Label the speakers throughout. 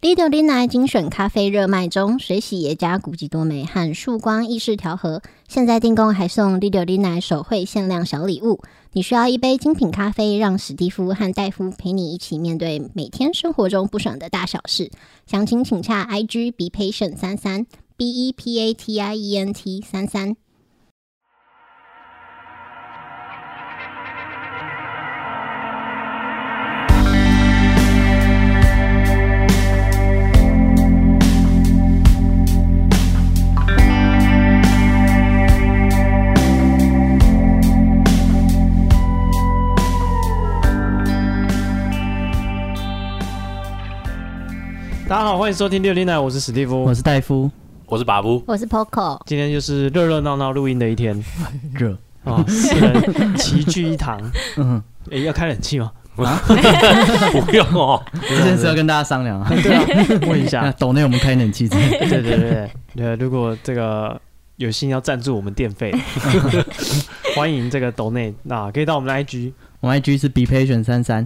Speaker 1: Lido Lina 精选咖啡热卖中，水洗耶加古籍多美和束光意式调和，现在订购还送 Lido Lina 手绘限量小礼物。你需要一杯精品咖啡，让史蒂夫和戴夫陪你一起面对每天生活中不爽的大小事。详情请洽 IG BePatient33 BEPATIENT 33。
Speaker 2: 大家好，欢迎收听609，我是史蒂夫，
Speaker 3: 我是戴夫，
Speaker 4: 我是巴布，
Speaker 1: 我是 Poco。
Speaker 2: 今天就是热热闹闹录音的一天，
Speaker 3: 热
Speaker 2: 啊，4人齐聚一堂。要开冷气吗？
Speaker 4: 不用哦，
Speaker 3: 这件事要跟大家商量啊。
Speaker 2: 对啊，问一下，
Speaker 3: 抖内我们开冷气。
Speaker 2: 对，如果这个有心要赞助我们电费，欢迎这个抖内，那可以到我们的 IG。
Speaker 3: 我们 IG 是 BePatient33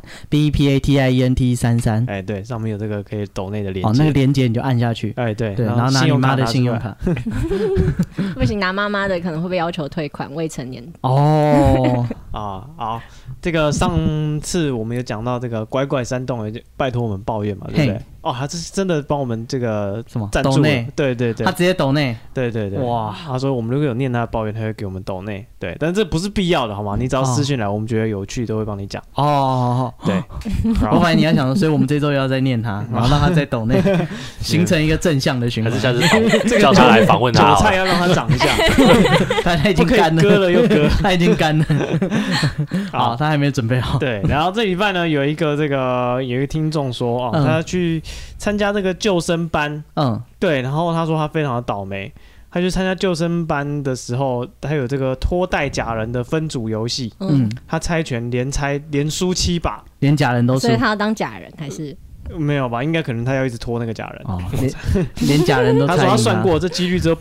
Speaker 3: BEPATIENT 33。
Speaker 2: 哎，对，上面有这个可以抖内的连结。
Speaker 3: 哦，那个连结你就按下去。
Speaker 2: 哎，对，
Speaker 3: 然后拿你妈的信用卡。
Speaker 1: 不行，拿妈妈的可能会被要求退款，未成年。
Speaker 3: 哦，
Speaker 2: 好，这个上次我们有讲到这个乖乖山洞，拜托我们抱怨嘛，对不对？哦，他这是真的帮我们这个
Speaker 3: 什么
Speaker 2: 赞助，对，
Speaker 3: 他直接抖内，
Speaker 2: 对，哇，他说我们如果有念他的抱怨，他会给我们抖内，对，但这不是必要的，好吗？你只要私讯来，我们觉得有趣都会帮你讲。
Speaker 3: 哦，
Speaker 2: 对，
Speaker 3: 我怀疑你要想说，所以我们这周要再念他，然后让他在抖内，形成一个正向的循环。
Speaker 4: 还是下次叫他来访问他，
Speaker 2: 韭菜要让他长一下，
Speaker 3: 他已经干了，
Speaker 2: 割了又割，
Speaker 3: 他已经干了，好，他还没有准备好。
Speaker 2: 对，然后这礼拜呢，有一个听众说，他去参加这个救生班，对，然后他说他非常的倒霉，他去参加救生班的时候，他有这个拖带假人的分组游戏，他猜拳连输7把，
Speaker 3: 连假人都输，
Speaker 1: 所以他要当假人还是？
Speaker 2: 没有吧？应该可能他要一直拖那个假人，
Speaker 3: 连假人都猜赢他。
Speaker 2: 他说他算过，这几率只有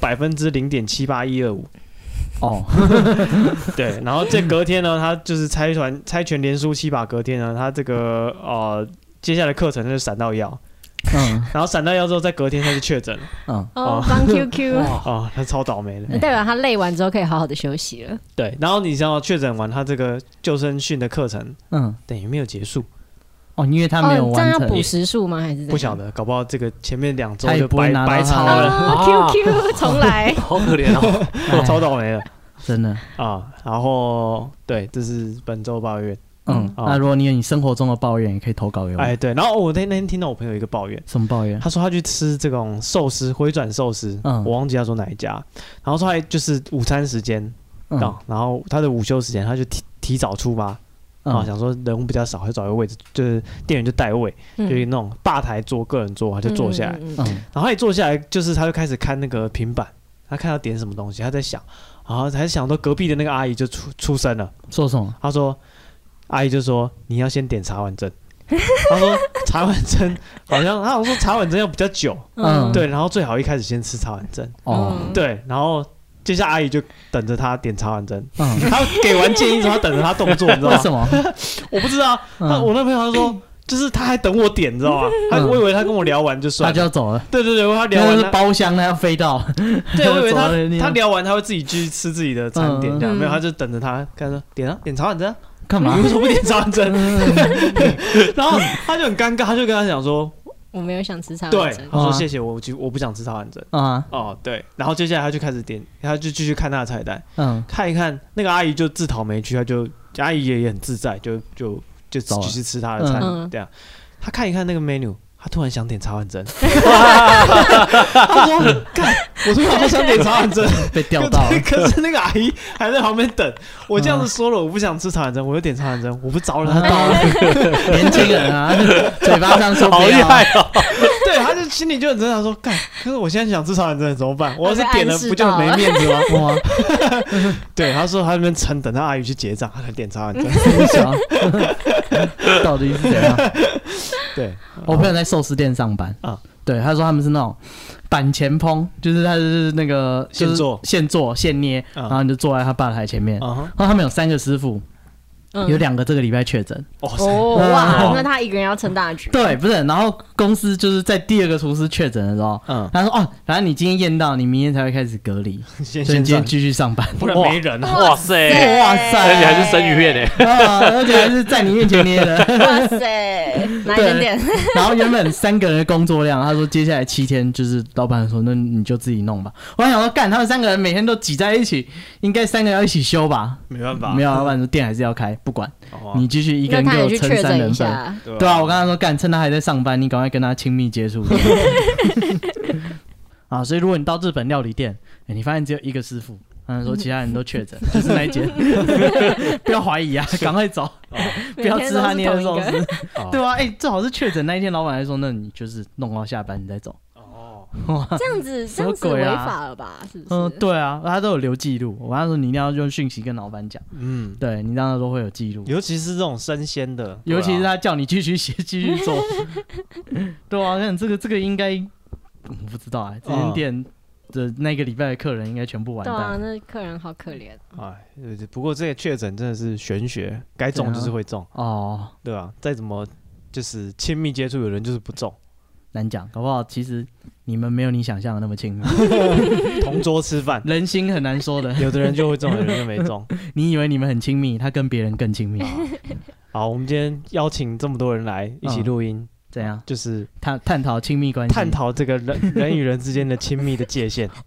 Speaker 2: 0.07825%。哦，对，然后这隔天呢，他就是猜拳连输7把，隔天呢，他这个接下来课程就是闪到腰，然后闪到腰之后，在隔天他就确诊了，
Speaker 1: 帮 QQ，
Speaker 2: 他超倒霉的，
Speaker 1: 代表他累完之后可以好好的休息了。
Speaker 2: 对，然后你知道确诊完，他这个救生训的课程，等于没有结束。
Speaker 3: 哦，因为他没有完成，
Speaker 1: 这样要补时数吗？还是
Speaker 2: 不晓得，搞不好这个前面2周就
Speaker 3: 白
Speaker 2: 超了。
Speaker 1: QQ 重来，
Speaker 4: 好可怜哦，
Speaker 2: 超倒霉了，
Speaker 3: 真的
Speaker 2: 然后对，这是本周抱怨。
Speaker 3: 那如果你有你生活中的抱怨，也可以投稿给我。
Speaker 2: 哎，对，然后我那天听到我朋友一个抱怨，
Speaker 3: 什么抱怨？
Speaker 2: 他说他去吃这种寿司，回转寿司，我忘记他说哪一家，然后说他就是午餐时间，然后他的午休时间，他就提早出发。想说人比较少，会找一个位置，就是店员就带位，就是那种吧台坐个人桌，他就坐下来，然后他一坐下来，就是他就开始看那个平板，他看到点什么东西，他在想，然后才想到隔壁的那个阿姨就出声了，
Speaker 3: 说什么？
Speaker 2: 他说阿姨就说你要先点茶碗蒸，他说茶碗蒸好像他说茶碗蒸要比较久，对，然后最好一开始先吃茶碗蒸，对，然后。接下来阿姨就等着他点茶碗蒸，他给完建议之后，他等着他动作，你知道吗？
Speaker 3: 为什么？
Speaker 2: 我不知道。我那朋友他说，就是他还等我点，你知道吗？我以为他跟我聊完就算了，
Speaker 3: 他就要走了。
Speaker 2: 对，他聊完
Speaker 3: 是包厢，他要飞到。
Speaker 2: 对，我以为他聊完他会自己去吃自己的餐点，这样没有，他就等着他，看说点茶碗蒸，
Speaker 3: 干嘛？
Speaker 2: 你为什么不点茶碗蒸？然后他就很尴尬，他就跟他讲说。
Speaker 1: 我没有想吃茶碗蒸，
Speaker 2: 对，他说谢谢我不想吃茶碗蒸对，然后接下来他就开始点，他就继续看他的菜单，看一看那个阿姨就自讨没趣，阿姨也很自在，就继续吃他的菜，这样，他看一看那个 menu。他突然想点茶碗蒸，他说：“干，我突然好想点茶碗蒸，
Speaker 3: 被钓到了。
Speaker 2: 可是那个阿姨还在旁边等。我这样子说了，我不想吃茶碗蒸，我就点茶碗蒸，我不着了他到了。
Speaker 3: 年轻人啊，嘴巴上说
Speaker 4: 好厉害哦。
Speaker 2: 对，他就心里就很挣扎，说：干，可是我现在想吃茶碗蒸怎么办？我要是点了，不就很没面子吗？对，他说他那边等他阿姨去结账，他才点茶碗蒸。
Speaker 3: 到底是怎样？
Speaker 2: 对，
Speaker 3: 我朋友在寿司店上班对，他说他们是那种板前烹，就是他是那个现做现捏，然后你就坐在他吧台前面，然后他们有3个师傅， 有2个这个礼拜确诊。
Speaker 1: 哇，那他一个人要撑大局。
Speaker 3: 对，不是，然后公司就是在第2个厨师确诊的时候，他说反正你今天验到，你明天才会开始隔离，所以你今天继续上班，
Speaker 2: 不然没人啊。
Speaker 4: 哇塞，而且还是生鱼片
Speaker 3: 而且还是在你面前捏的。
Speaker 1: 哇塞，哪一间店？
Speaker 3: 然后原本3个人的工作量，他说接下来7天就是老板说，那你就自己弄吧。我还想说，干他们3个人每天都挤在一起，应该3个要一起休吧？
Speaker 2: 没办法，
Speaker 3: 没有，老板说店还是要开，不管，你继续一个人给我撑3人份。对啊，我刚才说干，趁他还在上班，你赶快跟他亲密接触。啊，所以如果你到日本料理店，你发现只有1个师傅，他说其他人都确诊，就是那一间，不要怀疑啊，赶快走，不要吃他捏的寿司，对啊，正好是确诊那一天，老板还说，那你就是弄到下班你再走。
Speaker 1: 这样子违法了吧？是不是？
Speaker 3: 对啊，他都有留记录。我跟他说，你一定要用讯息跟老板讲。对你当然说会有记录，
Speaker 2: 尤其是这种生鲜的，
Speaker 3: 尤其是他叫你继续写、继续做。对啊，看这个应该我不知道这间店的那个礼拜的客人应该全部完蛋。
Speaker 1: 对啊，那客人好可怜。
Speaker 2: 不过这个确诊真的是玄学，该中就是会中对吧？再怎么就是亲密接触，有人就是不中。
Speaker 3: 难讲，搞不好其实你们没有你想象的那么亲密。
Speaker 2: 同桌吃饭，
Speaker 3: 人心很难说的，
Speaker 2: 有的人就会中，有的人就没中。
Speaker 3: 你以为你们很亲密，他跟别人更亲密。
Speaker 2: 好，我们今天邀请这么多人来一起录音，
Speaker 3: 怎样？
Speaker 2: 就是
Speaker 3: 探讨亲密关系，
Speaker 2: 探讨这个人与人之间的亲密的界限。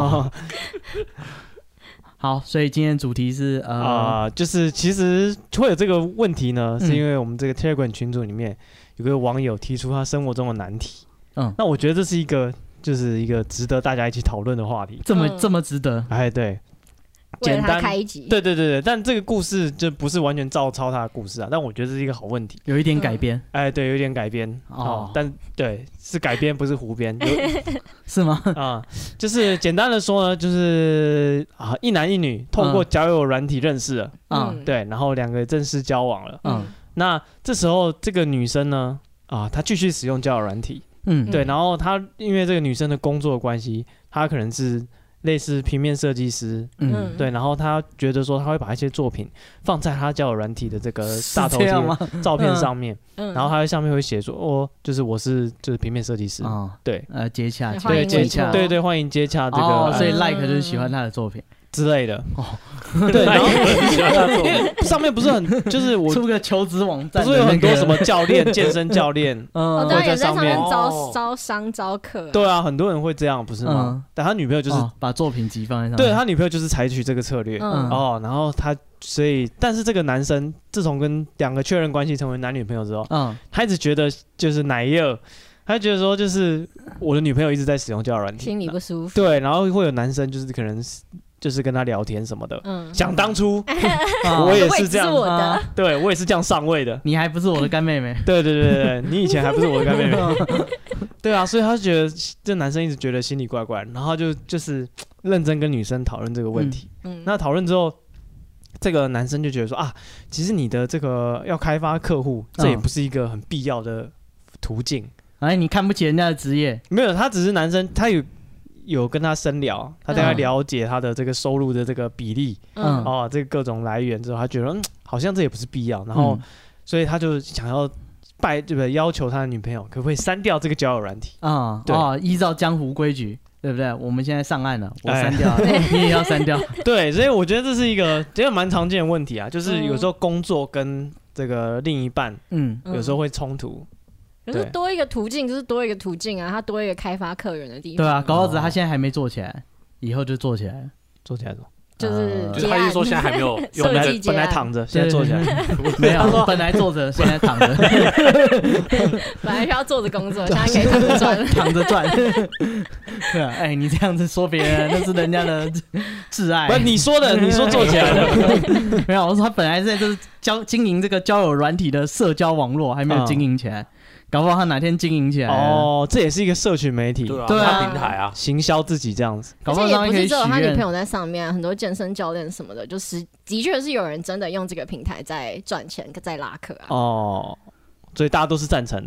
Speaker 3: 好，所以今天主题是
Speaker 2: 就是其实会有这个问题呢，是因为我们这个 Telegram 群组里面有个网友提出他生活中的难题。那我觉得这是一个值得大家一起讨论的话题。
Speaker 3: 这么值得？
Speaker 2: 对，
Speaker 1: 简单开一集。
Speaker 2: 对，但这个故事就不是完全照抄他的故事啊，但我觉得这是一个好问题，
Speaker 3: 有一点改编。
Speaker 2: 对，有点改编但对是改编不是胡编。
Speaker 3: 是吗？
Speaker 2: 就是简单的说呢，就是一男一女透过交友软体认识了，对，然后2个正式交往了，那这时候这个女生呢，她继续使用交友软体，对，然后她因为这个女生的工作的关系，她可能是类似平面设计师，对，然后她觉得说她会把一些作品放在她交友软体的这个大头贴照片上面，然后她在上面会写说就是我是平面设计师，对，
Speaker 3: 接洽，
Speaker 2: 对，欢迎接洽这个，
Speaker 3: 所以 like 就是喜欢她的作品
Speaker 2: 之类的。对，然后因为上面不是很就是我
Speaker 3: 出个求职网站，
Speaker 2: 不是有很多什么教练、健身教练，
Speaker 1: 对，也在上面招商招客。
Speaker 2: 对啊，很多人会这样，不是吗？但他女朋友就是
Speaker 3: 把作品集放在上面。
Speaker 2: 对，他女朋友就是采取这个策略然后但是这个男生自从跟2个确认关系成为男女朋友之后，他一直觉得就是奶油。他觉得说，就是我的女朋友一直在使用交友软体，
Speaker 1: 心里不舒服。
Speaker 2: 对，然后会有男生就是可能就是跟他聊天什么的。想当初我也是这样，对我也是这样上位的。
Speaker 3: 你还不是我的干妹妹？
Speaker 2: 对，你以前还不是我的干妹妹。对啊，所以他觉得这男生一直觉得心里怪怪，然后就是认真跟女生讨论这个问题。那讨论之后，这个男生就觉得说其实你的这个要开发客户，这也不是一个很必要的途径。
Speaker 3: 你看不起人家的职业？
Speaker 2: 没有，他只是男生，他有跟他深聊，他大概了解他的这个收入的这个比例，这个各种来源之后，他觉得好像这也不是必要，然后所以他就想要要求他的女朋友可不可以删掉这个交友软体
Speaker 3: 依照江湖规矩，对不对？我们现在上岸了，我删掉，你也要删掉。
Speaker 2: 对，所以我觉得这是一个蛮常见的问题啊，就是有时候工作跟这个另一半，有时候会冲突。
Speaker 1: 可是多一个途径就是多一个途径啊，他多一个开发客人的地方。
Speaker 3: 对啊，搞到他现在还没做起来，以后就做起来了。
Speaker 2: 做起来了，
Speaker 1: 就是
Speaker 4: 他是说现在还没有用，
Speaker 2: 本来躺着，现在坐起来。
Speaker 3: 没有，本来坐着，现在躺着。
Speaker 1: 本来是要坐着工作，现在可以躺着赚。
Speaker 3: 躺着赚。对啊，你这样子说别人，那是人家的挚爱。
Speaker 2: 不是你说的，你说做起来了。
Speaker 3: 没有，我说他本来在这经营这个交友软体的社交网络，还没有经营起来。搞不好他哪天经营起来
Speaker 2: 这也是一个社群媒体，
Speaker 4: 对啊，平台
Speaker 2: 行销自己这样子。
Speaker 1: 搞不好也不是只有他女朋友在上面，很多健身教练什么的，就是的确是有人真的用这个平台在赚钱，在拉客所
Speaker 2: 以大家都是赞成的。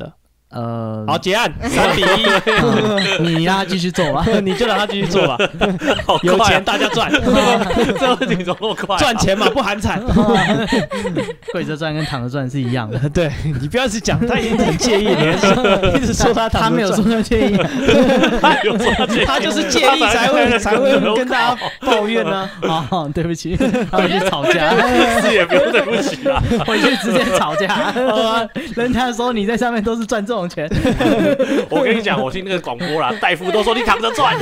Speaker 2: 好，结案3-1，
Speaker 3: 你让他继续做吧，
Speaker 2: 你就让他继续做吧，有钱大家赚，
Speaker 4: 这问题怎么那么快？
Speaker 2: 赚钱嘛不含产，
Speaker 3: 跪着赚跟躺着赚是一样的。
Speaker 2: 对你不要是讲，他已经很介意了，一直说他
Speaker 3: 没有说他介意，
Speaker 2: 他就是介意才会跟大家抱怨呢。
Speaker 3: 哦，对不起，回去吵架，
Speaker 4: 是也不用对不起啦，
Speaker 3: 回去直接吵架。人家说你在上面都是赚这种钱，
Speaker 4: 我跟你讲，我听那个广播啦，大夫都说你躺着赚，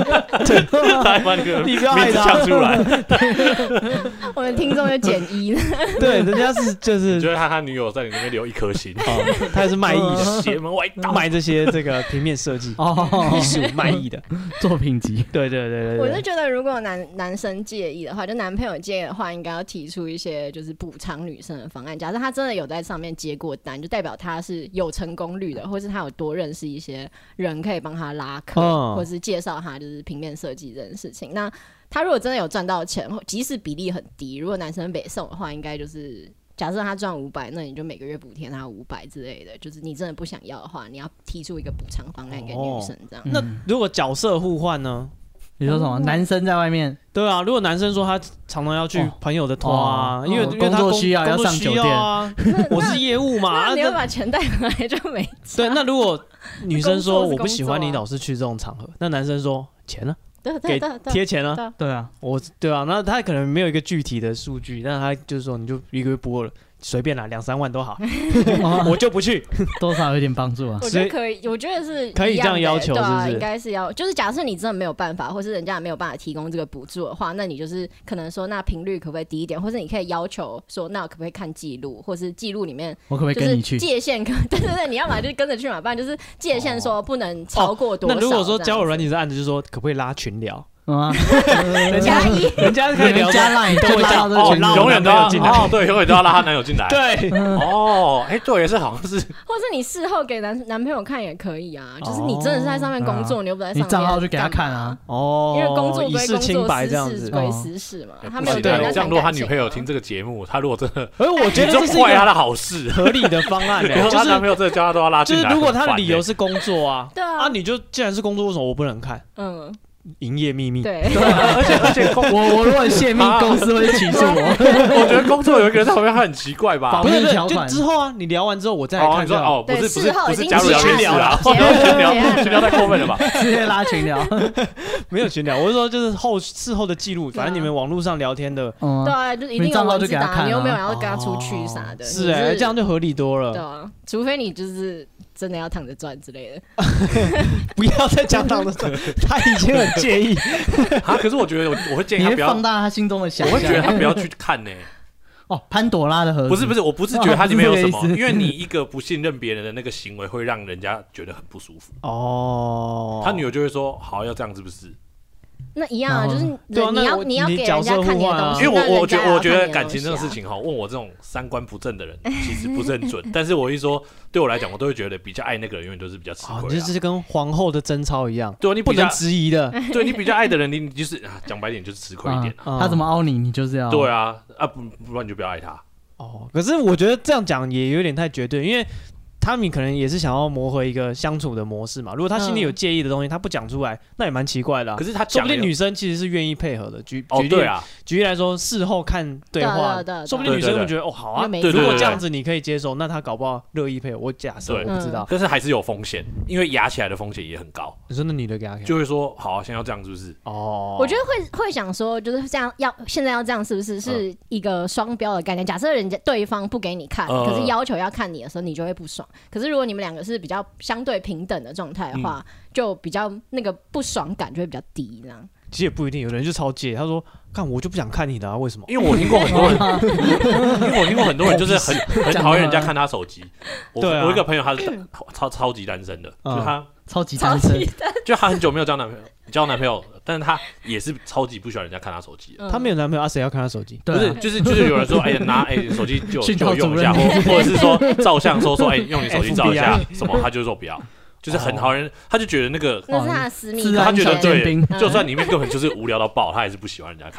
Speaker 2: 你不要
Speaker 4: 名字抢出来。
Speaker 1: 我们听众就减1了。
Speaker 2: 对，人家是就是
Speaker 4: 觉得他女友在你那边留1颗星，
Speaker 2: 他也是卖艺的，
Speaker 4: 邪门歪道，
Speaker 2: 卖这些这个平面设计艺术卖艺的
Speaker 3: 作品集。
Speaker 2: 对，
Speaker 1: 我是觉得如果男生介意的话，就男朋友介意的话，应该要提出一些就是补偿女生的方案。假设他真的有在上面接过单，就代表他是有成功率的，或是他有多认识一些人可以帮他拉客，或是介绍他就是平面设计这件事情。那他如果真的有赚到钱，即使比例很低，如果男生北送的话，应该就是假设他赚500，那你就每个月补贴他500之类的。就是你真的不想要的话，你要提出一个补偿方案给女生这样。
Speaker 2: 那如果角色互换呢？
Speaker 3: 你说什么？男生在外面？
Speaker 2: 对啊，如果男生说他常常要去朋友的拖啊，因为
Speaker 3: 工作需要要上酒店
Speaker 2: 啊，我是业务嘛，
Speaker 1: 那你要把钱带回来就没差。
Speaker 2: 对，那如果女生说我不喜欢你老是去这种场合，那男生说钱呢？给贴钱啊？
Speaker 3: 对啊，
Speaker 2: 对啊，那他可能没有一个具体的数据，但他就是说你就一个月拨了。随便啦，2-3万都好，我就不去，
Speaker 3: 多少有点帮助啊。
Speaker 1: 我觉得可以，我觉得是
Speaker 2: 可以这样要求，是不是？
Speaker 1: 应该是要，就是假设你真的没有办法，或是人家没有办法提供这个补助的话，那你就是可能说，那频率可不可以低一点，或是你可以要求说，那我可不可以看记录，或是记录里面
Speaker 3: 我可不可以跟你去？
Speaker 1: 界限，对，你要嘛就是跟着去嘛，不然就是界限说不能超过多少。
Speaker 2: 那如果说交友软体是案子，就是说可不可以拉群聊？
Speaker 1: 人
Speaker 2: 家可以聊
Speaker 3: 加赖都会加这群，
Speaker 4: 永远都要进来，对，永远都要拉她男友进来。
Speaker 2: 对，
Speaker 4: 对，也是好像是，
Speaker 1: 或是你事后给男朋友看也可以啊，就是你真的是在上面工作，你又不在上面，
Speaker 3: 你账号就给他看啊。
Speaker 1: 因为工作归工作，
Speaker 2: 私事
Speaker 1: 归私事嘛。他没有
Speaker 4: 这样，如果他女朋友听这个节目，他如果真的，
Speaker 2: 我觉得这是
Speaker 4: 怪他的好事，
Speaker 2: 合理的方案。
Speaker 4: 就是他男朋友真的叫他都要拉进来，
Speaker 2: 就是如果他的理由是工作啊，
Speaker 1: 对啊，
Speaker 2: 你就既然是工作，为什么我不能看？营业秘密。
Speaker 1: 对，
Speaker 4: 而且
Speaker 3: 我如果泄密，公司会起诉我。
Speaker 4: 我觉得工作有一个人在旁边，他很奇怪吧？
Speaker 3: 保密条款。
Speaker 2: 就之后啊，你聊完之后我再来看。
Speaker 4: 不是加入
Speaker 1: 群
Speaker 4: 聊了，群聊太过分了吧？
Speaker 3: 直接拉群聊，
Speaker 2: 没有群聊，我是说就是事后的记录，反正你们网络上聊天的，
Speaker 1: 对啊，就一定有文字档，你又没有要跟他出去啥的，
Speaker 2: 是这样就合理多了。
Speaker 1: 对啊，除非你就是真的要躺着赚之类的，
Speaker 2: 不要再讲躺着赚，他已经很介意。
Speaker 4: 可是我觉得我会建议他不要
Speaker 3: 放大他心中的想
Speaker 4: 象，我会觉得他不要去看呢。
Speaker 3: 潘朵拉的盒子
Speaker 4: 不是，我不是觉得它里面有什么，因为你一个不信任别人的那个行为，会让人家觉得很不舒服。他女友就会说：“好，要这样是不是？”
Speaker 1: 那一样啊，就是你要给人家看你的东西，
Speaker 4: 因为我觉得感情这种事情问我这种三观不正的人，其实不是很准。但是我一说，对我来讲，我都会觉得比较爱那个人，永远都是比较吃亏。
Speaker 2: 就是跟皇后的贞操一样，
Speaker 4: 对你
Speaker 2: 不能质疑的。
Speaker 4: 对你比较爱的人，你就是讲白点就是吃亏一点。
Speaker 3: 他怎么凹你，你就是要
Speaker 4: 对啊，不然你就不要爱他。
Speaker 2: 可是我觉得这样讲也有点太绝对，因为他们可能也是想要磨合一个相处的模式嘛。如果他心里有介意的东西，他不讲出来，那也蛮奇怪的。
Speaker 4: 可是他
Speaker 2: 说不定女生其实是愿意配合的。举例来说，事后看对话，说不定女生会觉得好啊。如果这样子你可以接受，那他搞不好乐意配合。我假设我不知道，
Speaker 4: 但是还是有风险，因为压起来的风险也很高。
Speaker 2: 你说那女的给他看，
Speaker 4: 就会说好啊，现在要这样是不是？
Speaker 1: 我觉得会想说，就是这样现在要这样是不是是一个双标的概念？假设人家对方不给你看，可是要求要看你的时候，你就会不爽。可是如果你们两个是比较相对平等的状态的话，就比较那个不爽感就会比较低，这样。
Speaker 2: 其实也不一定，有人就超介，他说：“看我就不想看你的啊，为什么？”
Speaker 4: 因为我听过很多人，就是很讨厌人家看他手机。我一个朋友他是超级单身的，就是他
Speaker 3: 超级单身，
Speaker 4: 就他很久没有交男朋友，但是他也是超级不喜欢人家看他手机的。
Speaker 2: 他没有男朋友，谁要看他手机？
Speaker 4: 不是，就是有人说，拿手机就用一下，或者是说照相说用你手机照一下什么，他就说不要。就是很讨厌，他就觉得那是
Speaker 1: 他的私密，
Speaker 4: 他觉得对，就算里面根本就是无聊到爆，他还是不喜欢人家看。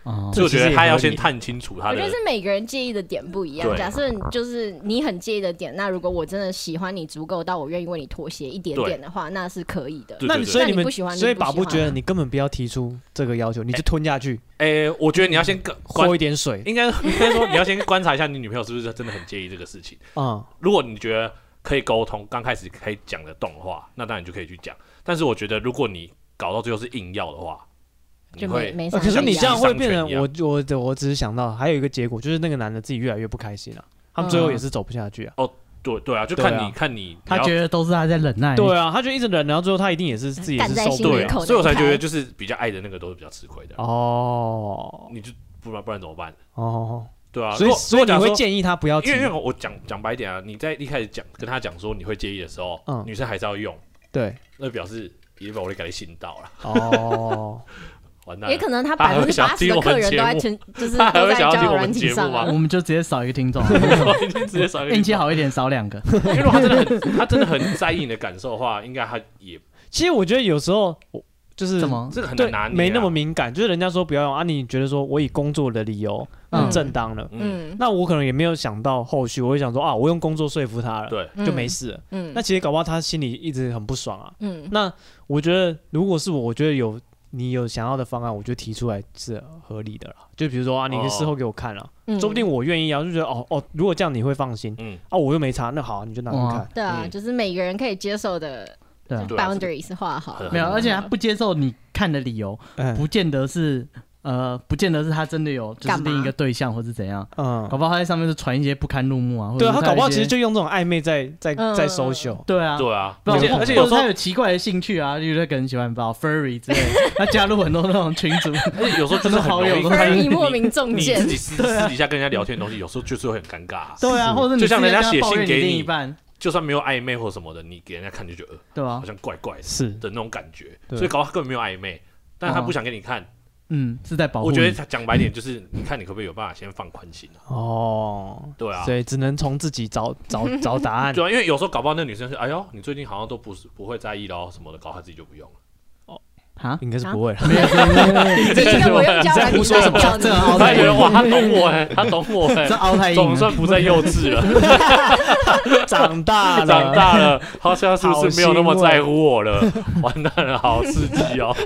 Speaker 4: 所以我觉得他要先探清楚他的。
Speaker 1: 我觉得是每个人介意的点不一样。假设就是你很介意的点，那如果我真的喜欢你足够到我愿意为你妥协一点点的话，那是可以的。
Speaker 2: 那所以你们
Speaker 1: 不喜欢，
Speaker 2: 所以爸不觉得你根本不要提出这个要求，你就吞下去。
Speaker 4: 我觉得你要先
Speaker 2: 喝一点水，
Speaker 4: 应该说你要先观察一下你女朋友是不是真的很介意这个事情。如果你觉得可以沟通，刚开始可以讲得动的话，那当然就可以去讲。但是我觉得如果你搞到最后是硬要的话，
Speaker 1: 就没啥。
Speaker 2: 可是你这样会变成我只是想到还有一个结果，就是那个男的自己越来越不开心了，他们最后也是走不下去啊。
Speaker 4: 对啊，就看你，
Speaker 3: 他觉得都是他在忍耐。
Speaker 2: 对啊，他就一直忍，然后最后他一定也是自己也是受不了，
Speaker 4: 所以我才觉得就是比较爱的那个都是比较吃亏的。你就不然怎么办？对啊，
Speaker 2: 所以你会建议他不要提，
Speaker 4: 因为我讲白一点啊，你在一开始跟他讲说你会介意的时候，女生还是要用，
Speaker 2: 对，
Speaker 4: 那表示也把我给你信到了。
Speaker 1: 也可能他80%的客人都在就是都在交友软体上啊，
Speaker 3: 我们就直接少一个听众，
Speaker 4: 直接少一个，
Speaker 3: 运气好一点少2个。
Speaker 4: 因为如果他真的很在意你的感受的话，应该他也。
Speaker 2: 其实我觉得有时候就是
Speaker 4: 这个很难拿捏，
Speaker 2: 没那么敏感。就是人家说不要用啊，你觉得说我以工作的理由很正当了，那我可能也没有想到后续，我会想说啊，我用工作说服他了，
Speaker 4: 对，
Speaker 2: 就没事了。那其实搞不好他心里一直很不爽啊。那我觉得如果是我觉得你有想要的方案，我就提出来是合理的啦。就比如说啊，你事后给我看了，说不定我愿意啊，就觉得如果这样你会放心，我又没差，那好，你就拿去看。
Speaker 1: 对啊，就是每个人可以接受的 boundaries 画好。
Speaker 3: 没有，而且他不接受你看的理由，不见得是他真的有就是另一个对象或是怎样，搞不好他在上面就传一些不堪入目啊，
Speaker 2: 对啊，他搞不好其实就用这种暧昧在social，
Speaker 3: 对啊，而且有时候他有奇怪的兴趣啊，例如他可能喜欢furry 之类的，他加入很多那种群组，
Speaker 4: 而且有时候就是好友
Speaker 1: ，furry 莫名中箭，
Speaker 4: 你自己私底下跟人家聊天的东西，有时候就是会很尴尬，
Speaker 3: 对啊，或者
Speaker 4: 就像人家写信给你，
Speaker 3: 半
Speaker 4: 就算没有暧昧或什么的，你给人家看就觉得对啊，好像怪怪的那种感觉，所以搞不好他根本没有暧昧，但是他不想给你看。
Speaker 3: 是在保护。
Speaker 4: 我觉得讲白点就是，你看你可不可以有办法先放宽心对啊，
Speaker 2: 所以只能从自己找答案。
Speaker 4: 对啊，因为有时候搞不好那女生是，哎呦，你最近好像都不会在意咯什么的，搞她自己就不用了。
Speaker 2: 应该是不会。
Speaker 1: 这个我用交友软体
Speaker 4: 说什么？他觉得哇，他懂我他懂我
Speaker 3: 这凹太硬，
Speaker 4: 总算不再幼稚了，
Speaker 2: 长大了，
Speaker 4: 好像是不是没有那么在乎我了？完蛋了，好刺激哦！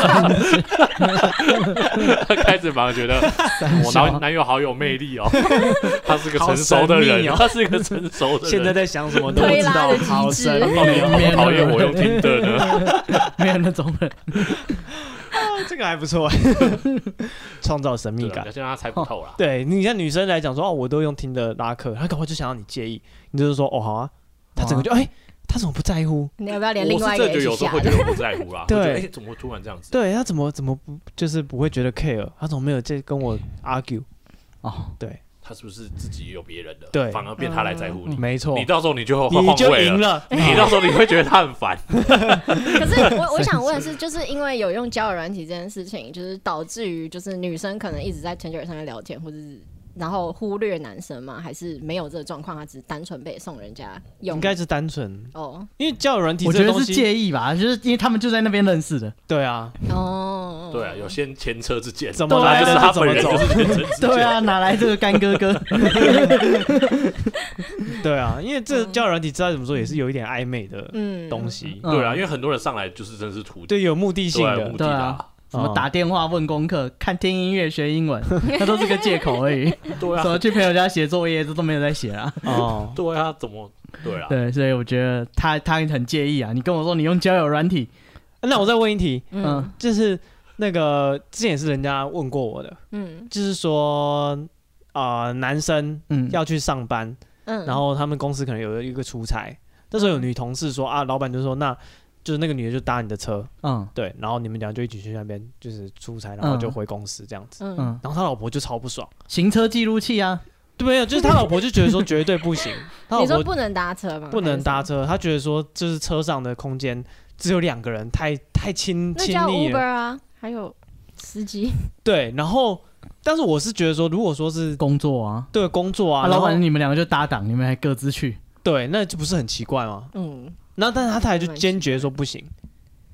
Speaker 4: 开始反而觉得我男友好有魅力哦，他是个成熟的人，他是一个成熟的人。
Speaker 2: 现在在想什么都不知道，好神秘，
Speaker 4: 好讨厌我用听的呢，
Speaker 3: 没有那种人。
Speaker 2: 这个还不错，创造神秘感，
Speaker 4: 先让他猜不透啦。
Speaker 2: 对你像女生来讲说，我都用听的拉客，他搞不好就想要你介意，你就是说好啊，他整个就他怎么不在乎？
Speaker 1: 你要不要连另外一个人一起下？
Speaker 4: 有时候会觉得不在乎啦。对，怎么会突然这样子？
Speaker 2: 对他怎么不就是不会觉得 care？他怎么没有在跟我 argue？对。
Speaker 4: 他是不是自己也有别人的？
Speaker 2: 对，
Speaker 4: 反而变他来在乎你。
Speaker 2: 没错，
Speaker 4: 你到时候你就会换位了。你到时候你会觉得他很烦。
Speaker 1: 可是我想问的是，就是因为有用交友软体这件事情，就是导致于就是女生可能一直在 Tinder 上面聊天，或者是然后忽略男生吗？还是没有这个状况？他只是单纯被送人家用？
Speaker 2: 应该是单纯因为交友软体这东西，
Speaker 3: 我觉得是介意吧，就是因为他们就在那边认识的。
Speaker 2: 对啊，
Speaker 4: 对啊，有先前车之鉴，
Speaker 2: 怎么来
Speaker 4: 就是他本人就是前车之鉴。
Speaker 3: 对啊，哪来这个干哥哥？
Speaker 2: 对啊，因为这交友软体知道怎么说也是有一点暧昧的东西。
Speaker 4: 对啊，因为很多人上来就是真的是图
Speaker 2: 对有目的性的，
Speaker 3: 对啊。什么打电话问功课、看听音乐学英文，那都是个借口而已。
Speaker 4: 对啊，
Speaker 3: 什么去朋友家写作业，这都没有在写啦。
Speaker 4: 对啊，怎么对啊？
Speaker 3: 对，所以我觉得他很介意啊。你跟我说你用交友软体，
Speaker 2: 那我再问一题，就是那个之前也是人家问过我的，就是说男生要去上班，然后他们公司可能有一个出差，那时候有女同事说老板就说那。就是那个女的就搭你的车，对，然后你们俩就一起去那边就是出差，然后就回公司这样子，然后他老婆就超不爽，
Speaker 3: 行车记录器啊，
Speaker 2: 对，没有，就是他老婆就觉得说绝对不行，
Speaker 1: 你说不能搭车吗？
Speaker 2: 不能搭车，他觉得说就是车上的空间只有2个人，太亲密了。
Speaker 1: 那叫 Uber 啊，还有司机。
Speaker 2: 对，然后但是我是觉得说，如果说是
Speaker 3: 工作啊，
Speaker 2: 对工作啊，
Speaker 3: 老板你们2个就搭档，你们还各自去，
Speaker 2: 对，那就不是很奇怪吗？然后但是他还就坚决说不行，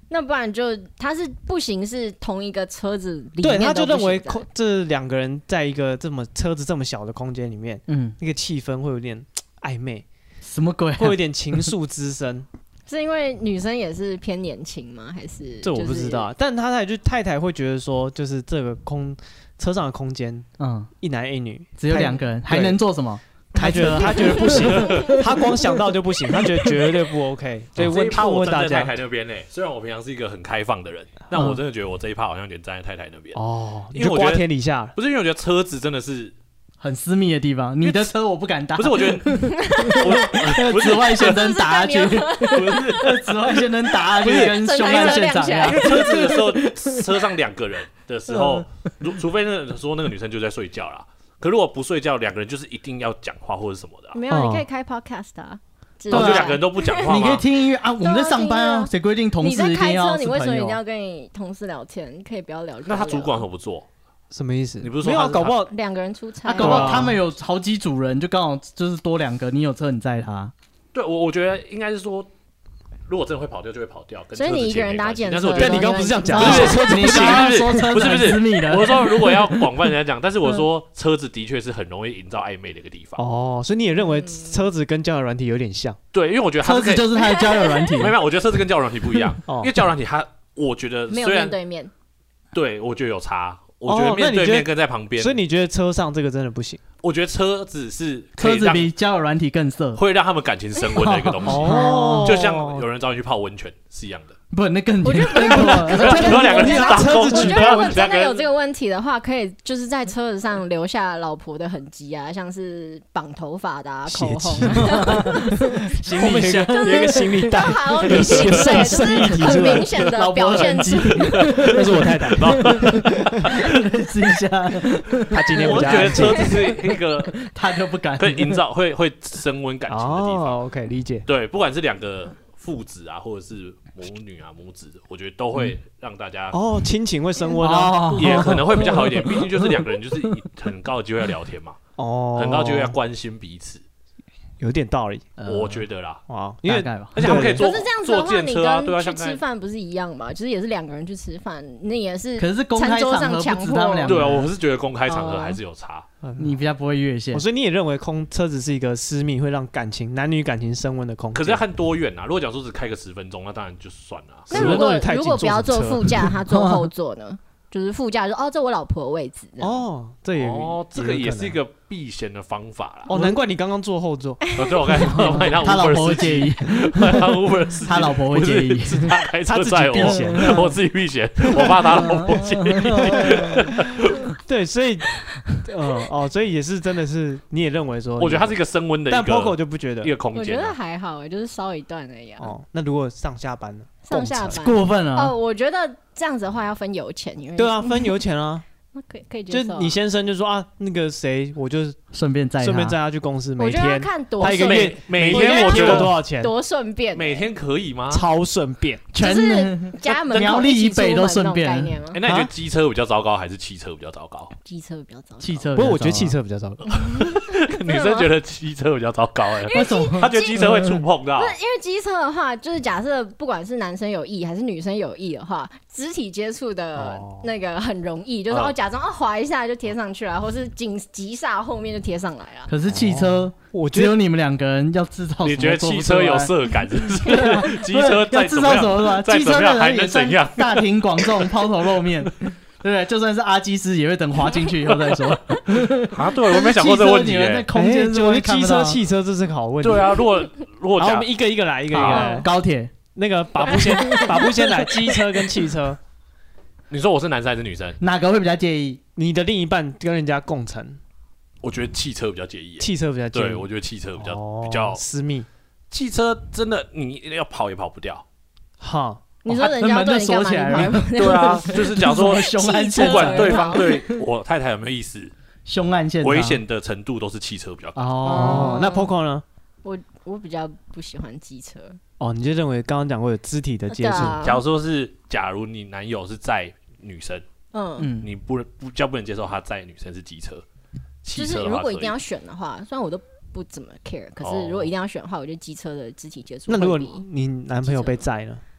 Speaker 1: 那不然就他是不行，是同一个车子里面，
Speaker 2: 对，他就认为这2个人在一个车子这么小的空间里面，那个气氛会有点暧昧，
Speaker 3: 什么鬼？
Speaker 2: 会有点情愫滋生。
Speaker 1: 是因为女生也是偏年轻吗？还是
Speaker 2: 这我不知道，但太太会觉得说，就是这个车上的空间，一男一女，
Speaker 3: 只有2个人，还能做什么？
Speaker 2: 他觉得不行，他光想到就不行，他觉得绝对不 OK。所以问大家，
Speaker 4: 太太那边呢？虽然我平常是一个很开放的人，但我真的觉得我这一趴好像有点站在太太那边。
Speaker 2: 因为我觉得天底下
Speaker 4: 不是因为我觉得车子真的是
Speaker 3: 很私密的地方，你的车我不敢搭。
Speaker 4: 不是，我觉得
Speaker 3: 紫外线灯打下去，不是紫外线灯打下去跟凶案现场一样。
Speaker 4: 因为车子的时候，车上2个人的时候，除非说那个女生就在睡觉啦。可如果不睡觉，2个人就是一定要讲话或者什么的。
Speaker 1: 没有，你可以开 podcast 啊。
Speaker 4: 就2个人都不讲话吗？
Speaker 3: 你可以听音乐啊。我们在上班啊，谁规定同事一定要是朋友？
Speaker 1: 你在开车，你为什么一定要跟你同事聊天？可以不要聊。
Speaker 4: 那他主管为什么不做？
Speaker 2: 什么意思？
Speaker 4: 你不是说
Speaker 2: 没有？搞不好
Speaker 1: 2个人出差，
Speaker 3: 搞不好他们有好几组人，就刚好就是多2个。你有车，你载他。
Speaker 4: 对，我觉得应该是说。如果真的会跑掉，就会跑掉。
Speaker 1: 所以你一个人搭检测，
Speaker 4: 但是我觉得
Speaker 2: 你刚刚不是这样讲，
Speaker 3: 车子不行，
Speaker 4: 不是，我说如果要广泛来讲，但是我说车子的确是很容易营造暧昧的一个地方。
Speaker 2: 所以你也认为车子跟交友软体有点像？
Speaker 4: 对，因为我觉得
Speaker 3: 车子就是它的交友软体。
Speaker 4: 没有，我觉得车子跟交友软体不一样，因为交友软体我觉得
Speaker 1: 没有面对面，
Speaker 4: 对我觉得有差。我觉得面对面跟在旁边，
Speaker 2: 所以你觉得车上这个真的不行？
Speaker 4: 我觉得车子是
Speaker 3: 车子比交友软体更色，
Speaker 4: 会让他们感情升温的一个东西。就像有人找你去泡温泉是一样的。
Speaker 3: 不，那更
Speaker 1: 我觉得
Speaker 4: 不要2个人打
Speaker 1: 车子。我觉得如果真的有这个问题的话，可以就是在车子上留下老婆的痕迹啊，像是绑头发的口红，
Speaker 2: 行李箱有一个行李袋，
Speaker 1: 好明显，对，就是很明显的表现出。
Speaker 2: 那是我太太，
Speaker 3: 认识一下。
Speaker 2: 他今天
Speaker 4: 我觉得车子是一个
Speaker 3: 他就不敢，
Speaker 4: 会营造会升温感情的地方。
Speaker 2: OK， 理解。
Speaker 4: 对，不管是2个父子啊，或者是母女啊、母子，我觉得都会让大家
Speaker 2: 亲情会升温啊，
Speaker 4: 也可能会比较好一点。毕竟就是2个人，就是很高的机会要聊天嘛，很高的机会要关心彼此，
Speaker 2: 有点道理，
Speaker 4: 我觉得啦。
Speaker 2: 因为
Speaker 4: 而且他们可以坐
Speaker 1: 可是这样子的话，你跟去
Speaker 4: 吃
Speaker 1: 饭不是一样嘛？就是也是2个人去吃饭，那也是
Speaker 3: 可是公开场合不止他们2个。
Speaker 4: 对啊，我是觉得公开场合还是有差。
Speaker 3: 你比较不会越线，
Speaker 2: 所以你也认为车子是一个私密，会让男女感情升温的空间。
Speaker 4: 可是要看多远啊！如果讲说只开个10分钟，那当然就算了。
Speaker 1: 那如果不要坐副驾，他坐后座呢？就是副驾说这我老婆的位置。
Speaker 2: 这
Speaker 4: 个也是一个避嫌的方法啦。
Speaker 2: 难怪你刚刚坐后座。
Speaker 4: 对，我看
Speaker 3: 他老婆会介意，他老婆会介意，
Speaker 4: 是他开车载我自己避嫌，我怕他老婆介意。
Speaker 2: 对，所以所以也是真的是，你也认为说，
Speaker 4: 我觉得它是一个升温的一个，
Speaker 2: 但 Poco 就不觉得
Speaker 4: 一个空间。
Speaker 1: 我觉得还好，就是烧一段而已。
Speaker 2: 那如果上下班呢？
Speaker 1: 上下班
Speaker 3: 过分了。
Speaker 1: 我觉得这样子的话要分油钱，因为
Speaker 2: 对啊，分油钱啊。
Speaker 1: 那可以接受。
Speaker 2: 就你先生就说那个谁，我就
Speaker 3: 顺便载
Speaker 2: 他去公司，每天
Speaker 1: 我觉得要看多
Speaker 2: 他一个月
Speaker 4: 每天我觉得
Speaker 2: 多少钱？
Speaker 1: 多顺便，
Speaker 4: 每天可以吗？
Speaker 2: 超顺便，
Speaker 1: 就是家门
Speaker 3: 苗栗以北都顺便。
Speaker 4: 那你觉得机车比较糟糕，还是汽车比较糟糕？
Speaker 1: 机车比较糟糕。
Speaker 3: 汽车，
Speaker 2: 不过我觉得汽车比较糟糕。
Speaker 4: 女生觉得汽车比较糟糕
Speaker 3: 为什么？
Speaker 4: 她觉得机车会触碰到。
Speaker 1: 不是因为机车的话，就是假设不管是男生有意还是女生有意的话，肢体接触的那个很容易，就是假装滑一下就贴上去了，或是急刹后面就贴上来了。
Speaker 3: 可是汽车，我只有你们2个人要制造。
Speaker 4: 你觉得汽车有色感是不是？机车
Speaker 3: 要制造什么是吧？
Speaker 4: 机车的人也算
Speaker 3: 大庭广众抛头露面。对不对？就算是阿基斯也会等滑进去以后再说。
Speaker 4: 对，我没想过这个问题。
Speaker 3: 在空间中
Speaker 2: 汽车这是个好问题。
Speaker 4: 对啊，如果
Speaker 2: 我们一个一个来，一个一个来。
Speaker 3: 高铁
Speaker 2: 那个把布先来，机车跟汽车。
Speaker 4: 你说我是男生还是女生？
Speaker 3: 哪个会比较介意？
Speaker 2: 你的另一半跟人家共乘，
Speaker 4: 我觉得汽车比较介意。
Speaker 2: 汽车比较介意。
Speaker 4: 对，我觉得汽车比较
Speaker 2: 私密。
Speaker 4: 汽车真的你要跑也跑不掉。
Speaker 1: 你说人家对你干嘛？
Speaker 4: 对啊，就是讲说不管对方对我太太有没有意思，
Speaker 3: 凶案现场
Speaker 4: 危险的程度都是汽车比较高。
Speaker 2: 那 Poco 呢？
Speaker 1: 我比较不喜欢机车。
Speaker 2: 你就认为刚刚讲过有肢体的接触。
Speaker 4: 假如你男友是载女生，你不能接受他载女生是机车。
Speaker 1: 就是如果一定要选的话，虽然我都不怎么 care， 可是如果一定要选的话，我觉得机车的肢体接触。
Speaker 2: 那如果你男朋友被载呢？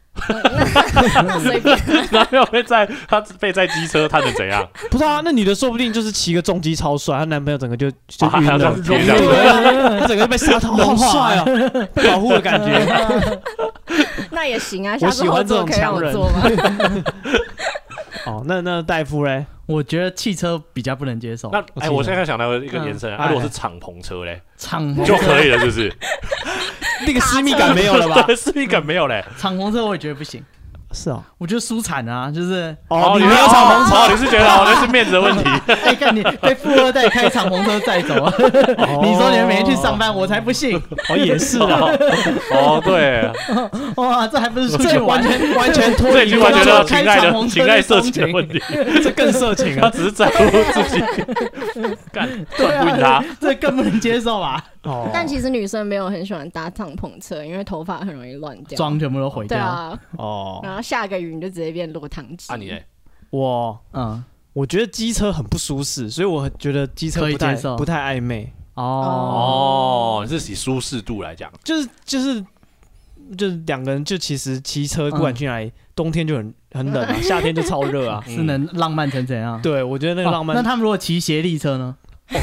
Speaker 1: 那随便。
Speaker 4: 男朋友被载机车，他能怎样？
Speaker 2: 不是啊，那女的说不定就是骑个重机超帅，她男朋友整个就晕了，他整个被杀头，好帅啊，被保护的感觉。
Speaker 1: 那也行啊，
Speaker 2: 我喜欢这种
Speaker 1: 可以让我
Speaker 2: 强
Speaker 1: 做吗？
Speaker 2: 哦，那戴夫嘞？
Speaker 3: 我觉得汽车比较不能接受。
Speaker 4: 那我现在想到一个延伸，如果是敞篷车嘞，
Speaker 3: 敞篷
Speaker 4: 就可以了，是不是？
Speaker 2: 那个私密感没有了吧？
Speaker 4: 私密感没有嘞。
Speaker 3: 敞篷车我也觉得不行。
Speaker 2: 是啊，
Speaker 3: 我觉得舒惨啊，就是
Speaker 2: 你没有敞篷车，
Speaker 4: 你是觉得那是面子的问题？
Speaker 3: 哎，看你被富二代开敞篷车载走，你说你们每天去上班，我才不信。
Speaker 2: 也是啊。
Speaker 4: 对。
Speaker 3: 哇，这还不是出去玩，
Speaker 2: 完全脱离，
Speaker 4: 这已经完全到情爱色情的问题，
Speaker 2: 这更色情啊！
Speaker 4: 只是在乎自己，干问他，
Speaker 3: 这更不能接受吧？
Speaker 1: 但其实女生没有很喜欢搭敞篷车，因为头发很容易乱掉，
Speaker 3: 妆全部都毁掉。
Speaker 1: 对啊，然后下个雨你就直接变落汤鸡。
Speaker 4: 你嘞？
Speaker 2: 我觉得机车很不舒适，所以我觉得机车不太暧昧。
Speaker 4: 你是以舒适度来讲，
Speaker 2: 就是两个人就其实骑车不管去哪里，冬天就很冷啊，夏天就超热啊，
Speaker 3: 是能浪漫成怎样？
Speaker 2: 对，我觉得那个浪漫。
Speaker 3: 那他们如果骑协力车呢？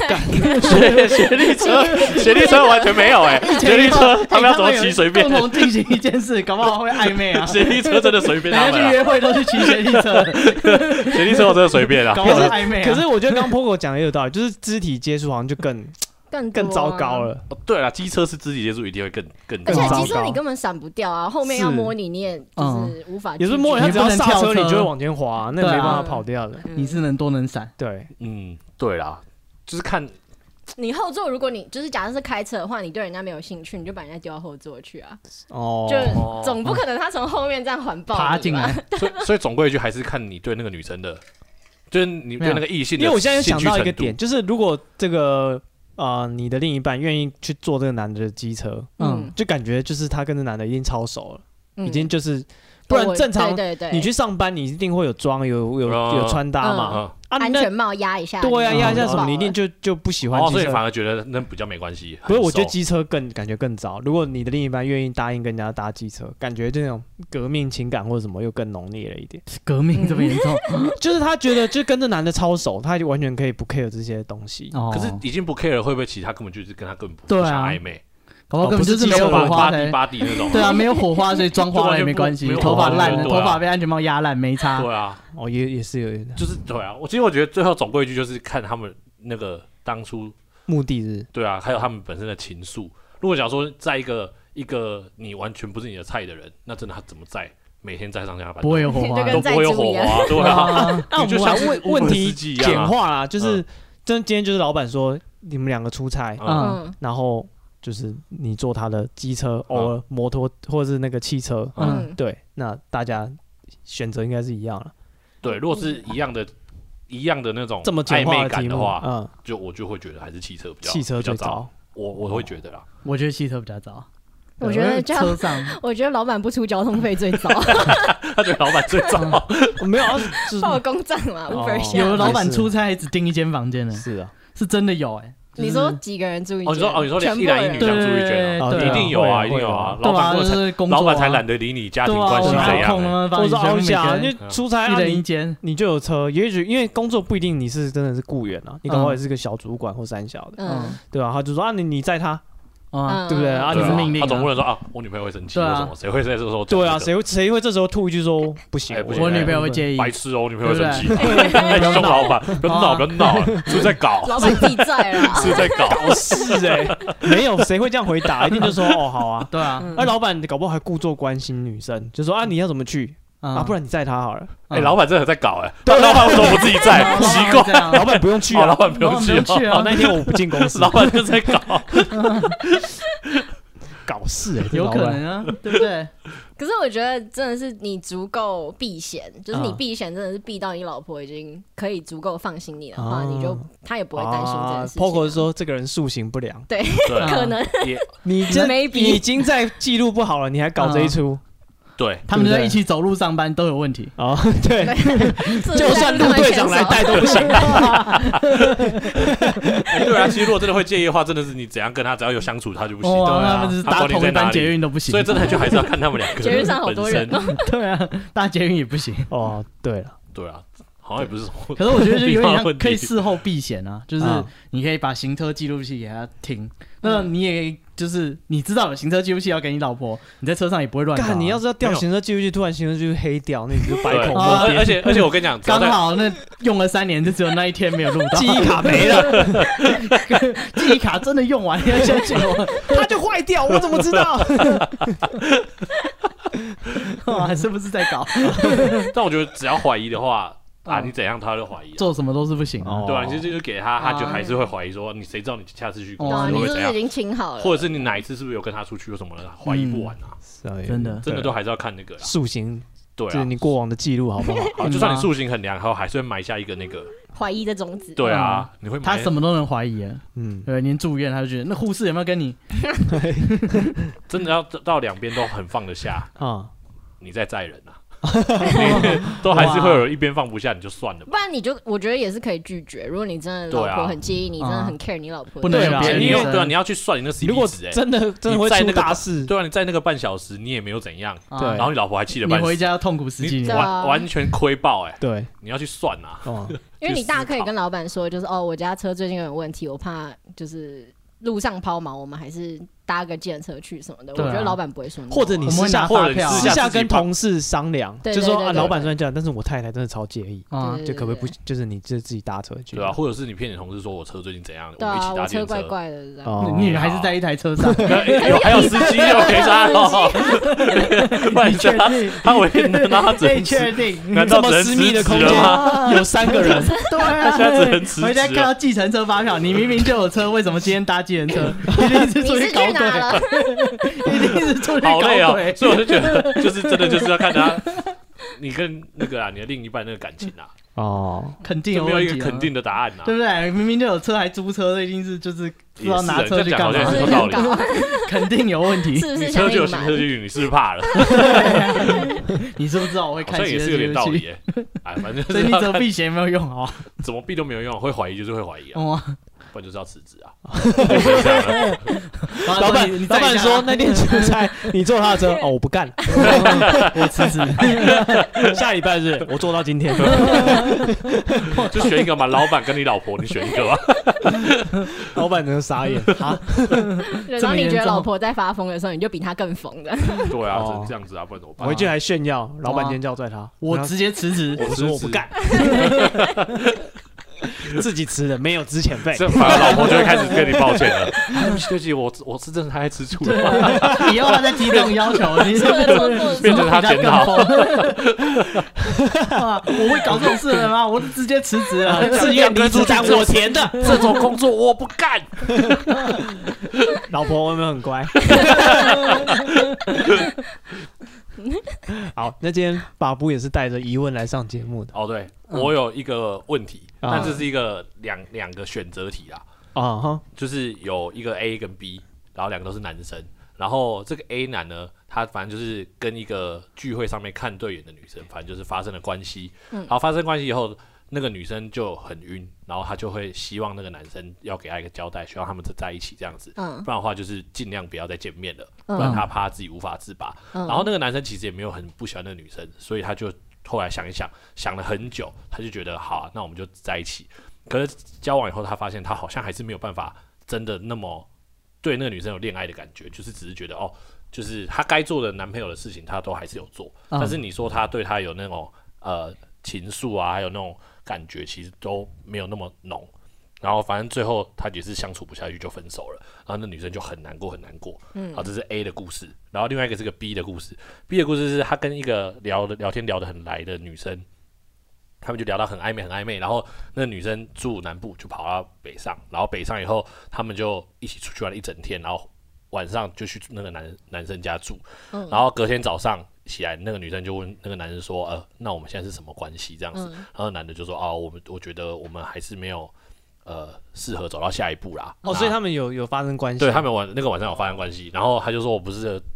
Speaker 4: 学历车完全没有学历车他们要怎么骑随便
Speaker 3: 共同进行一件事，搞不好会暧昧啊。
Speaker 4: 学历车真的随便，
Speaker 3: 大家去约会都去骑学历车，
Speaker 4: 学历车我真的随便啊，
Speaker 3: 搞不好暧昧啊。
Speaker 2: 可是我觉得刚 Pogo 讲的也有道理，就是肢体接触好像就更糟糕了。
Speaker 4: 对啦，机车是肢体接触一定会更
Speaker 1: 而且机车你根本闪不掉啊，后面要摸你也就是无法。
Speaker 2: 有时候摸你，只要刹车你就会往前滑，那没办法跑掉的。
Speaker 3: 你是能多能闪。
Speaker 2: 对，
Speaker 4: 对啦，就是看。
Speaker 1: 你后座，如果你就是假设是开车的话，你对人家没有兴趣，你就把人家丢到后座去啊。就总不可能他从后面这样环抱
Speaker 3: 爬进来。
Speaker 4: 所以总归一句还是看你对那个女生的，就是你对那个异性的。
Speaker 2: 因为我现在想到一个点，就是如果这个你的另一半愿意去坐这个男的机车，就感觉就是他跟这男的已经超熟了，已经就是。不然正常，你去上班，你一定会有妆有穿搭嘛，
Speaker 1: 安全帽压一下，
Speaker 2: 对啊，压一下什么，你一定就不喜欢机车，
Speaker 4: 所以反而觉得那比较没关系。
Speaker 2: 不是，我觉得机车感觉更糟。如果你的另一半愿意答应跟人家搭机车，感觉这种革命情感或者什么又更浓烈了一点。
Speaker 3: 革命这么严重，
Speaker 2: 就是他觉得就跟这男的超熟，他就完全可以不 care 这些东西。
Speaker 4: 可是已经不 care 了，会不会其实他根本就是跟他根本不想暧昧？
Speaker 3: 根本就是没有火花
Speaker 4: 巴蒂那种。
Speaker 3: 对啊，没有火花，所以妆花了也没关系。头发烂了，头发被安全帽压烂没差。
Speaker 4: 对啊，
Speaker 2: 也是有点，
Speaker 4: 就是对啊。其实我觉得最后总归一句就是看他们那个当初
Speaker 2: 目的是。
Speaker 4: 对啊，还有他们本身的情愫。如果假如说在一个你完全不是你的菜的人，那真的他怎么在每天在上下班
Speaker 3: 不会有火花，
Speaker 4: 都不会有火花，对啊。
Speaker 2: 那我们把问题简化啦，就是今天就是老板说你们两个出差，然后。就是你坐他的机车，偶尔摩托或者是那个汽车，对，那大家选择应该是一样了。
Speaker 4: 对，如果是一样的那种暧昧感的话，我就会觉得还是汽车比较糟。我会觉得啦，
Speaker 3: 我觉得汽车比较糟。
Speaker 1: 我觉得
Speaker 3: 车上，
Speaker 1: 我觉得老板不出交通费最糟。
Speaker 4: 他觉得老板最糟，
Speaker 2: 没有
Speaker 1: 报公账嘛，Uber
Speaker 3: 有的老板出差只订一间房间呢。
Speaker 2: 是啊，
Speaker 3: 是真的有
Speaker 1: 你说几个人住一间？
Speaker 4: 你说一男一女这样住一间，一定有啊，一定有啊。老板才懒得理你家庭关系怎样。
Speaker 2: 或者凹下，因为出差
Speaker 3: 一人一间，
Speaker 2: 你就有车。也许因为工作不一定你是真的是雇员啊，你搞不好也是个小主管或三小的，对吧？他就说你载他。对不对啊？
Speaker 3: 就是命令，
Speaker 4: 他总不能说我女朋友会生气，为什么？谁会在这时候？
Speaker 2: 对啊，谁会这时候吐一句说不行？
Speaker 3: 我女朋友会介意，
Speaker 4: 白痴哦，我女朋友会生气。凶老板，不要闹，是在搞，
Speaker 1: 老板自己在啦，
Speaker 4: 是在搞
Speaker 2: 事没有谁会这样回答，一定就说好啊，
Speaker 3: 对啊。
Speaker 2: 那老板搞不好还故作关心女生，就说你要怎么去？不然你载他好了。
Speaker 4: 老板真的在搞但老板为什么不自己载？奇怪，
Speaker 2: 老板不用去啊，
Speaker 4: 老板不用去
Speaker 2: 啊。那天我不进公司，
Speaker 4: 老板就在搞。
Speaker 2: 搞事
Speaker 3: 有可能啊，对不对？
Speaker 1: 可是我觉得真的是你足够避嫌，就是你避嫌真的是避到你老婆已经可以足够放心你的话，他也不会担心这件事情。
Speaker 2: Poco 说这个人素行不良，
Speaker 1: 对，可能
Speaker 2: 你已经在记录不好了，你还搞这一出。
Speaker 4: 对，
Speaker 3: 他们就一起走路上班都有问题。
Speaker 2: 哦，对，就算陆队长来带都不行。
Speaker 4: 对啊，其实如果真的会介意的话，真的是你怎样跟他，只要有相处他就不行。对
Speaker 3: 啊，他们是搭同一班捷运都不行，
Speaker 4: 所以真的就还是要看他们两个。
Speaker 1: 捷运上好多人。
Speaker 3: 对啊，搭捷运也不行。
Speaker 2: 哦，对了，
Speaker 4: 对啊。好像也不是，
Speaker 3: 可是我觉得就有点像可以事后避嫌啊，就是你可以把行车记录器给他听，那你也就是你知道有行车记录器要给你老婆，你在车上也不会乱搞。
Speaker 2: 你要是要调行车记录器，突然行车记录黑掉，那你就百口莫辩。
Speaker 4: 而且我跟你讲，
Speaker 3: 刚好那用了3年，就只有那一天没有录到，
Speaker 2: 记忆卡没了，
Speaker 3: 记忆卡真的用完，你要相信我，
Speaker 2: 它就坏掉，我怎么知道？
Speaker 3: 是不是在搞？
Speaker 4: 但我觉得只要怀疑的话。你怎样他就怀疑，
Speaker 3: 做什么都是不行，
Speaker 4: 对吧？你就给他，他就还是会怀疑说，你谁知道你下次去公司
Speaker 1: 会
Speaker 4: 怎样？
Speaker 1: 已经请好了，
Speaker 4: 或者是你哪一次是不是有跟他出去有什么怀疑不完啊？
Speaker 3: 真的
Speaker 4: 都还是要看那个
Speaker 2: 塑形，
Speaker 4: 对，
Speaker 2: 就是你过往的记录好不好？
Speaker 4: 好，就算你塑形很良好，还是会埋下一个那个
Speaker 1: 怀疑的种子。
Speaker 4: 对啊，你会
Speaker 3: 他什么都能怀疑啊，对，连住院他就觉得那护士有没有跟你？
Speaker 4: 真的要到两边都很放得下啊，你在载人啊。都还是会有一边放不下，你就算了吧。
Speaker 1: 不然我觉得也是可以拒绝。如果你真的老婆很介意，你真的很 care 你老婆，
Speaker 3: 不能有别人。
Speaker 4: 对啊，你要去算你那 CP 值。
Speaker 2: 如果真的会出大事，
Speaker 4: 对啊，你在那个半小时你也没有怎样，对，然后你老婆还气得半死，
Speaker 3: 你回家要痛苦10几年，
Speaker 4: 完全亏爆
Speaker 2: 对，
Speaker 4: 你要去算啊。
Speaker 1: 因为你大可以跟老板说，就是我家车最近有问题，我怕就是路上抛锚，我们还是搭个计程车去什么的。我觉得老板不会说，
Speaker 2: 或者你私下跟同事商量，就说老板虽然这样，但是我太太真的超介意，就可不可以不就是你自己搭车去？
Speaker 4: 对啊，或者是你骗你同事说我车最近怎样，我们一起搭计程车。
Speaker 1: 车怪怪的，
Speaker 3: 你还是在一台车上，
Speaker 4: 还有司机又没啥哦。
Speaker 3: 你确定？
Speaker 4: 他为难他只能
Speaker 3: 确定？
Speaker 2: 难道这么私密的空间有3个人？
Speaker 3: 对啊，
Speaker 4: 现在只能辞职。
Speaker 3: 回家看到计程车发票，你明明就有车，为什么今天搭计程车？一定是出去搞鬼，一定是出去搞鬼。
Speaker 4: 所以我就觉得，就是真的就是要看他，你跟那个你的另一半那个感情啊，
Speaker 3: 肯定
Speaker 4: 没有一个肯定的答案
Speaker 3: 对不对？明明就有车还租车，一定是就是不知道拿车去干嘛，
Speaker 4: 有道理，
Speaker 3: 肯定有问题。
Speaker 4: 你车就有行车记录，你是不是怕了？
Speaker 3: 你是不是知道我会看？
Speaker 4: 好像也是有点道理耶。反正
Speaker 3: 所以你怎么避嫌没有用啊？
Speaker 4: 怎么避都没有用，会怀疑就是会怀疑啊。不然就是要辞职啊！
Speaker 2: 老板说那天出差你坐他的车我不干，
Speaker 3: 我辞职。
Speaker 2: 下礼拜日我做到今天，
Speaker 4: 就选一个嘛。老板跟你老婆，你选一个吧。
Speaker 2: 老板能傻眼啊！
Speaker 1: 然后你觉得老婆在发疯的时候，你就比他更疯的。
Speaker 4: 对啊，这样子啊，不然怎么办？
Speaker 2: 回去还炫耀，老板今天叫拽他，
Speaker 3: 我直接辞职。
Speaker 2: 我说我不干。自己吃的，没有资遣费，
Speaker 4: 这反而老婆就会开始跟你抱歉了。对不起，我是真的太吃醋了。
Speaker 3: 以后他再提这种要求，你
Speaker 4: 变成他检讨。
Speaker 3: 我会搞这种事的吗？我直接辞职了，
Speaker 2: 自愿离职单我填的，
Speaker 4: 这种工作我不干。
Speaker 2: 老婆有没有很乖？好，那今天把布也是带着疑问来上节目的。
Speaker 4: 对，我有一个问题，但这是一个两个选择题啦。就是有一个 A 跟 B， 然后两个都是男生。然后这个 A 男呢，他反正就是跟一个聚会上面看对眼的女生，反正就是发生了关系。然后发生关系以后，那个女生就很晕，然后她就会希望那个男生要给她一个交代，希望他们在一起这样子。不然的话就是尽量不要再见面了，不然她怕自己无法自拔。然后那个男生其实也没有很不喜欢那个女生，所以他就后来想一想，想了很久，他就觉得好那我们就在一起。可是交往以后，他发现他好像还是没有办法真的那么对那个女生有恋爱的感觉，就是只是觉得就是他该做的男朋友的事情他都还是有做，但是你说他对他有那种情愫啊，还有那种感觉其实都没有那么浓。然后反正最后他也是相处不下去就分手了，然后那女生就很难过很难过。好，这是 A 的故事。然后另外一个是个 B 的故事。B 的故事是他跟一个聊天聊得很来的女生，他们就聊到很暧昧很暧昧。然后那个女生住南部就跑到北上，然后北上以后他们就一起出去玩了一整天，然后晚上就去那个男生家住。然后隔天早上起来，那个女生就问那个男生说那我们现在是什么关系这样子。然后男的就说我觉得我们还是没有适合走到下一步啦。
Speaker 2: 所以他们有发生关系。
Speaker 4: 对，他们那个晚上有发生关系。然后他就说我不是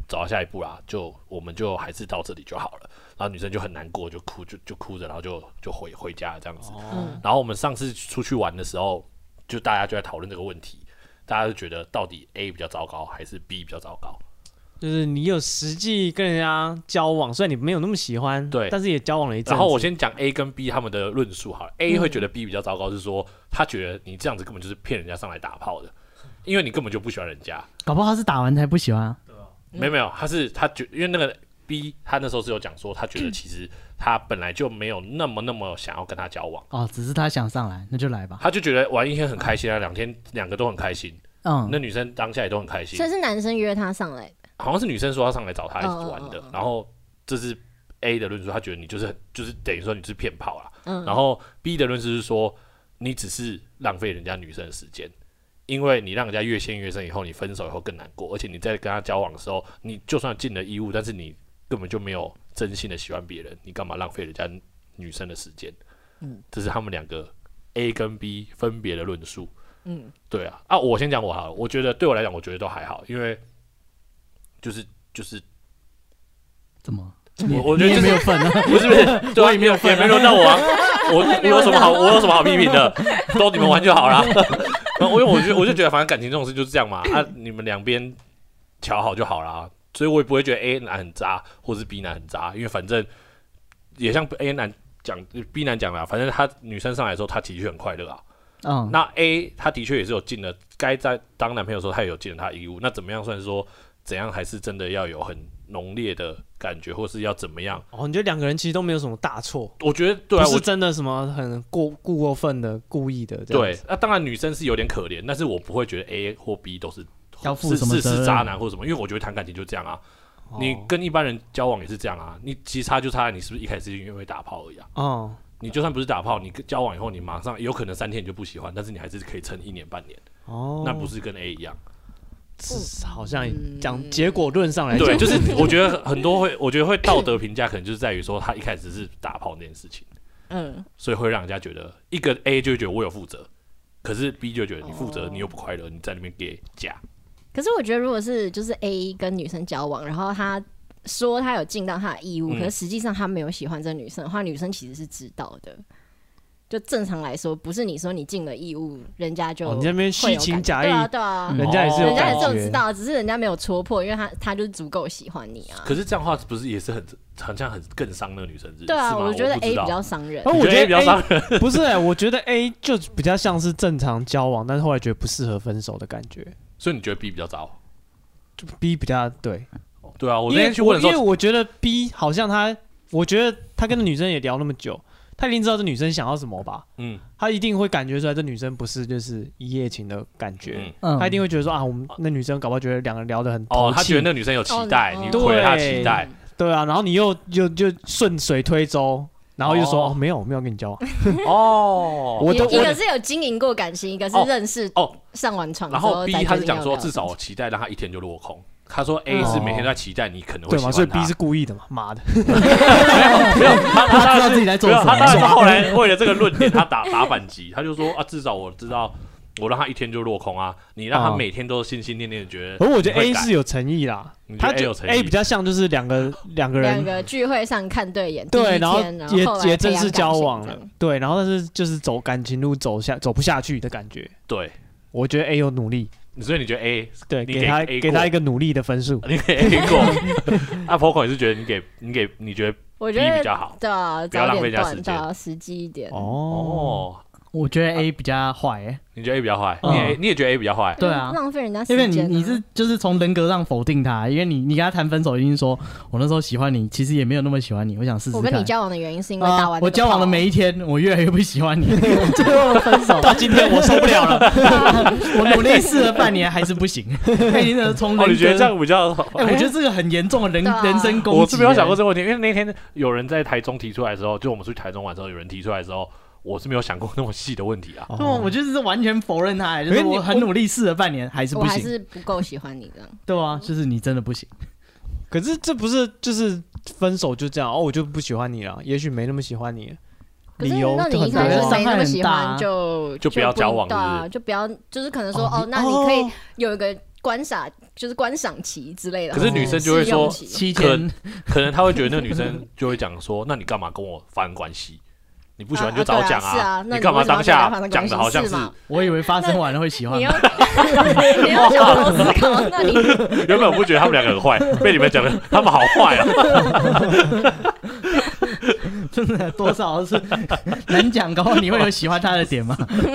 Speaker 4: 走到下一步啦，我们就还是到这里就好了。然后女生就很难过，就哭着，然后就回家了这样子。然后我们上次出去玩的时候，就大家就在讨论这个问题，大家就觉得到底 A 比较糟糕还是 B 比较糟糕？
Speaker 2: 就是你有实际跟人家交往，虽然你没有那么喜欢，
Speaker 4: 对，
Speaker 2: 但是也交往了一阵子。
Speaker 4: 然后我先讲 A 跟 B 他们的论述好了。A 会觉得 B 比较糟糕，是说他觉得你这样子根本就是骗人家上来打炮的，因为你根本就不喜欢人家。
Speaker 3: 搞不好他是打完才不喜欢啊。
Speaker 4: 没有，他觉因为那个 B 他那时候是有讲说，他觉得其实他本来就没有那么想要跟他交往。
Speaker 3: 哦，只是他想上来，那就来吧。
Speaker 4: 他就觉得玩一天很开心啊，2天2个都很开心。那女生当下也都很开心。
Speaker 1: 所以是男生约他上来的。
Speaker 4: 好像是女生说要上来找他一起玩的，然后这是 A 的论述，他觉得你就是等于说你是骗炮啦。然后 B 的论述是说你只是浪费人家女生的时间，因为你让人家越陷越深以后，你分手以后更难过，而且你在跟他交往的时候，你就算尽了义务，但是你根本就没有真心的喜欢别人，你干嘛浪费人家女生的时间？这是他们2个 A 跟 B 分别的论述。对啊，我先讲我好了，我觉得对我来讲，我觉得都还好，因为就是
Speaker 3: 怎么？
Speaker 4: 我觉得
Speaker 3: 也没有份啊，
Speaker 4: 不是，对啊，也没轮到我啊，我有什么好批评的？都你们玩就好啦。因为我就觉得，反正感情这种事就是这样嘛，你们2边调好就好啦，所以我也不会觉得 A 男很渣，或是 B 男很渣，因为反正也像 A 男讲 B 男讲啦，反正他女生上来的时候，他的确很快乐啊。那 A 他的确也是有尽了该在当男朋友的时候，他也有尽了他的义务。那怎么样算是说怎样还是真的要有很浓烈的感觉，或是要怎么样？
Speaker 2: 你觉得2个人其实都没有什么大错？
Speaker 4: 我觉得对啊，
Speaker 2: 不是真的什么很过分的、故意的这样子。
Speaker 4: 对，那当然女生是有点可怜，但是我不会觉得 A 或 B 都是
Speaker 3: 要负什么责任，
Speaker 4: 是渣男或什么，因为我觉得谈感情就这样啊。你跟一般人交往也是这样啊，你其实差就差在你是不是一开始因为打炮而已啊。你就算不是打炮，你交往以后，你马上有可能3天你就不喜欢，但是你还是可以撑1年半年。那不是跟 A 一样？
Speaker 2: 好像讲结果论上来讲，
Speaker 4: 对，就是我觉得很多我觉得会道德评价可能就是在于说他一开始是打炮那件事情，所以会让人家觉得一个 A 就会觉得我有负责，可是 B 就会觉得你负责，你又不快乐，你在那边给假。
Speaker 1: 可是我觉得如果是就是 A 跟女生交往，然后他说他有尽到他的义务，可是实际上他没有喜欢这女生的话，女生其实是知道的。就正常来说，不是你说你尽了义务，人家就
Speaker 2: 你那边虚情假意，
Speaker 1: 对啊，
Speaker 2: 人家也是有感觉，
Speaker 1: 人家也是知道，只是人家没有戳破，因为他就是足够喜欢你啊。
Speaker 4: 可是这样的话，不是也是好像很更伤那个女生？
Speaker 1: 对啊，我觉得 A 比较伤人。
Speaker 4: 我觉得 A 比较伤人，
Speaker 2: 不是我觉得 A 就比较像是正常交往，但是后来觉得不适合分手的感觉。
Speaker 4: 所以你觉得 B 比较糟？
Speaker 2: 就 B 比较对。
Speaker 4: 对啊，我那天去问的时候，
Speaker 2: 因为我觉得 B 好像我觉得他跟女生也聊那么久，他一定知道这女生想要什么吧？他一定会感觉出来这女生不是就是一夜情的感觉，他一定会觉得说我们那女生搞不好觉得2个人聊得很投契，
Speaker 4: 他觉得那女生有期待，你毁了他期待，
Speaker 2: 对啊，然后你又顺水推舟，然后又说没有跟你交往
Speaker 1: 一个是有经营过感情，一个是认识上完床，
Speaker 4: 然后 B 他是讲说至少我期待让他1天就落空。他说 A 是每天都在期待你可能会喜欢他，
Speaker 2: 所以 B 是故意的嘛？妈的，
Speaker 4: 没有，他
Speaker 3: 知道自己在做什么。
Speaker 4: 他当然是后来为了这个论点，他打反击，他就说至少我知道，我让他1天就落空啊，你让他每天都心心念念的觉得。
Speaker 2: 而我觉得 A 是有诚意啦，
Speaker 4: 他有诚意
Speaker 2: ，A 比较像就是两个人
Speaker 1: 聚会上看对眼，
Speaker 2: 对，然后也正式交往
Speaker 1: 了，
Speaker 2: 对，然后但是就是走感情路走不下去的感觉。
Speaker 4: 对，
Speaker 2: 我觉得 A 有努力。
Speaker 4: 所以你觉得 A
Speaker 2: 对给他一个努力的分数，
Speaker 4: 你给 A 过。Poco 也是觉得你觉得 B 比较好，
Speaker 1: 对啊，
Speaker 4: 不要浪费人家时间，
Speaker 1: 实际一点。
Speaker 3: 我觉得 A 比较坏
Speaker 4: 你觉得 A 比较坏？你也觉得 A 比较坏？
Speaker 3: 对啊，
Speaker 1: 浪费人家时间。
Speaker 3: 因为你是就是从人格上否定他，因为你跟他谈分手，一定说我那时候喜欢你，其实也没有那么喜欢你，我想试试看。
Speaker 1: 我跟你交往的原因是因为打完
Speaker 3: 我交往的每一天，我越来越不喜欢你，最后分手。
Speaker 2: 到今天我受不了了，
Speaker 3: 我努力试了半年还是不行。从人格，
Speaker 4: 你觉得这样比较？
Speaker 3: 我觉得这个很严重的人身攻击。
Speaker 4: 我是没有想过这个问题，因为那天有人在台中提出来的时候，就我们出去台中玩的时候，有人提出来的时候。我是没有想过那么细的问题啊！
Speaker 3: 我就是完全否认他，就是我很努力试了半年还是不行，
Speaker 1: 我还是不够喜欢你这样。
Speaker 3: 对啊，就是你真的不行。
Speaker 2: 可是这不是就是分手就这样我就不喜欢你了，也许没那么喜欢你了。理由
Speaker 1: 那你一开始没那么喜欢就
Speaker 4: 不要交往，
Speaker 1: 对啊，就不要就是可能说那你可以有一个
Speaker 5: 观赏期之类的。
Speaker 4: 可是女生就会说
Speaker 3: 7天，
Speaker 4: 可能她会觉得那个女生就会讲说，那你干嘛跟我发生关系？你不喜欢就早讲啊！你干嘛当下讲的好像是？
Speaker 3: 我以为发生完了会喜欢。
Speaker 5: 你要小头思考，那你
Speaker 4: 原本我不觉得他们两个很坏，被你们讲的他们好坏啊！
Speaker 3: 真的多少是难讲，搞不好你会有喜欢他的点吗？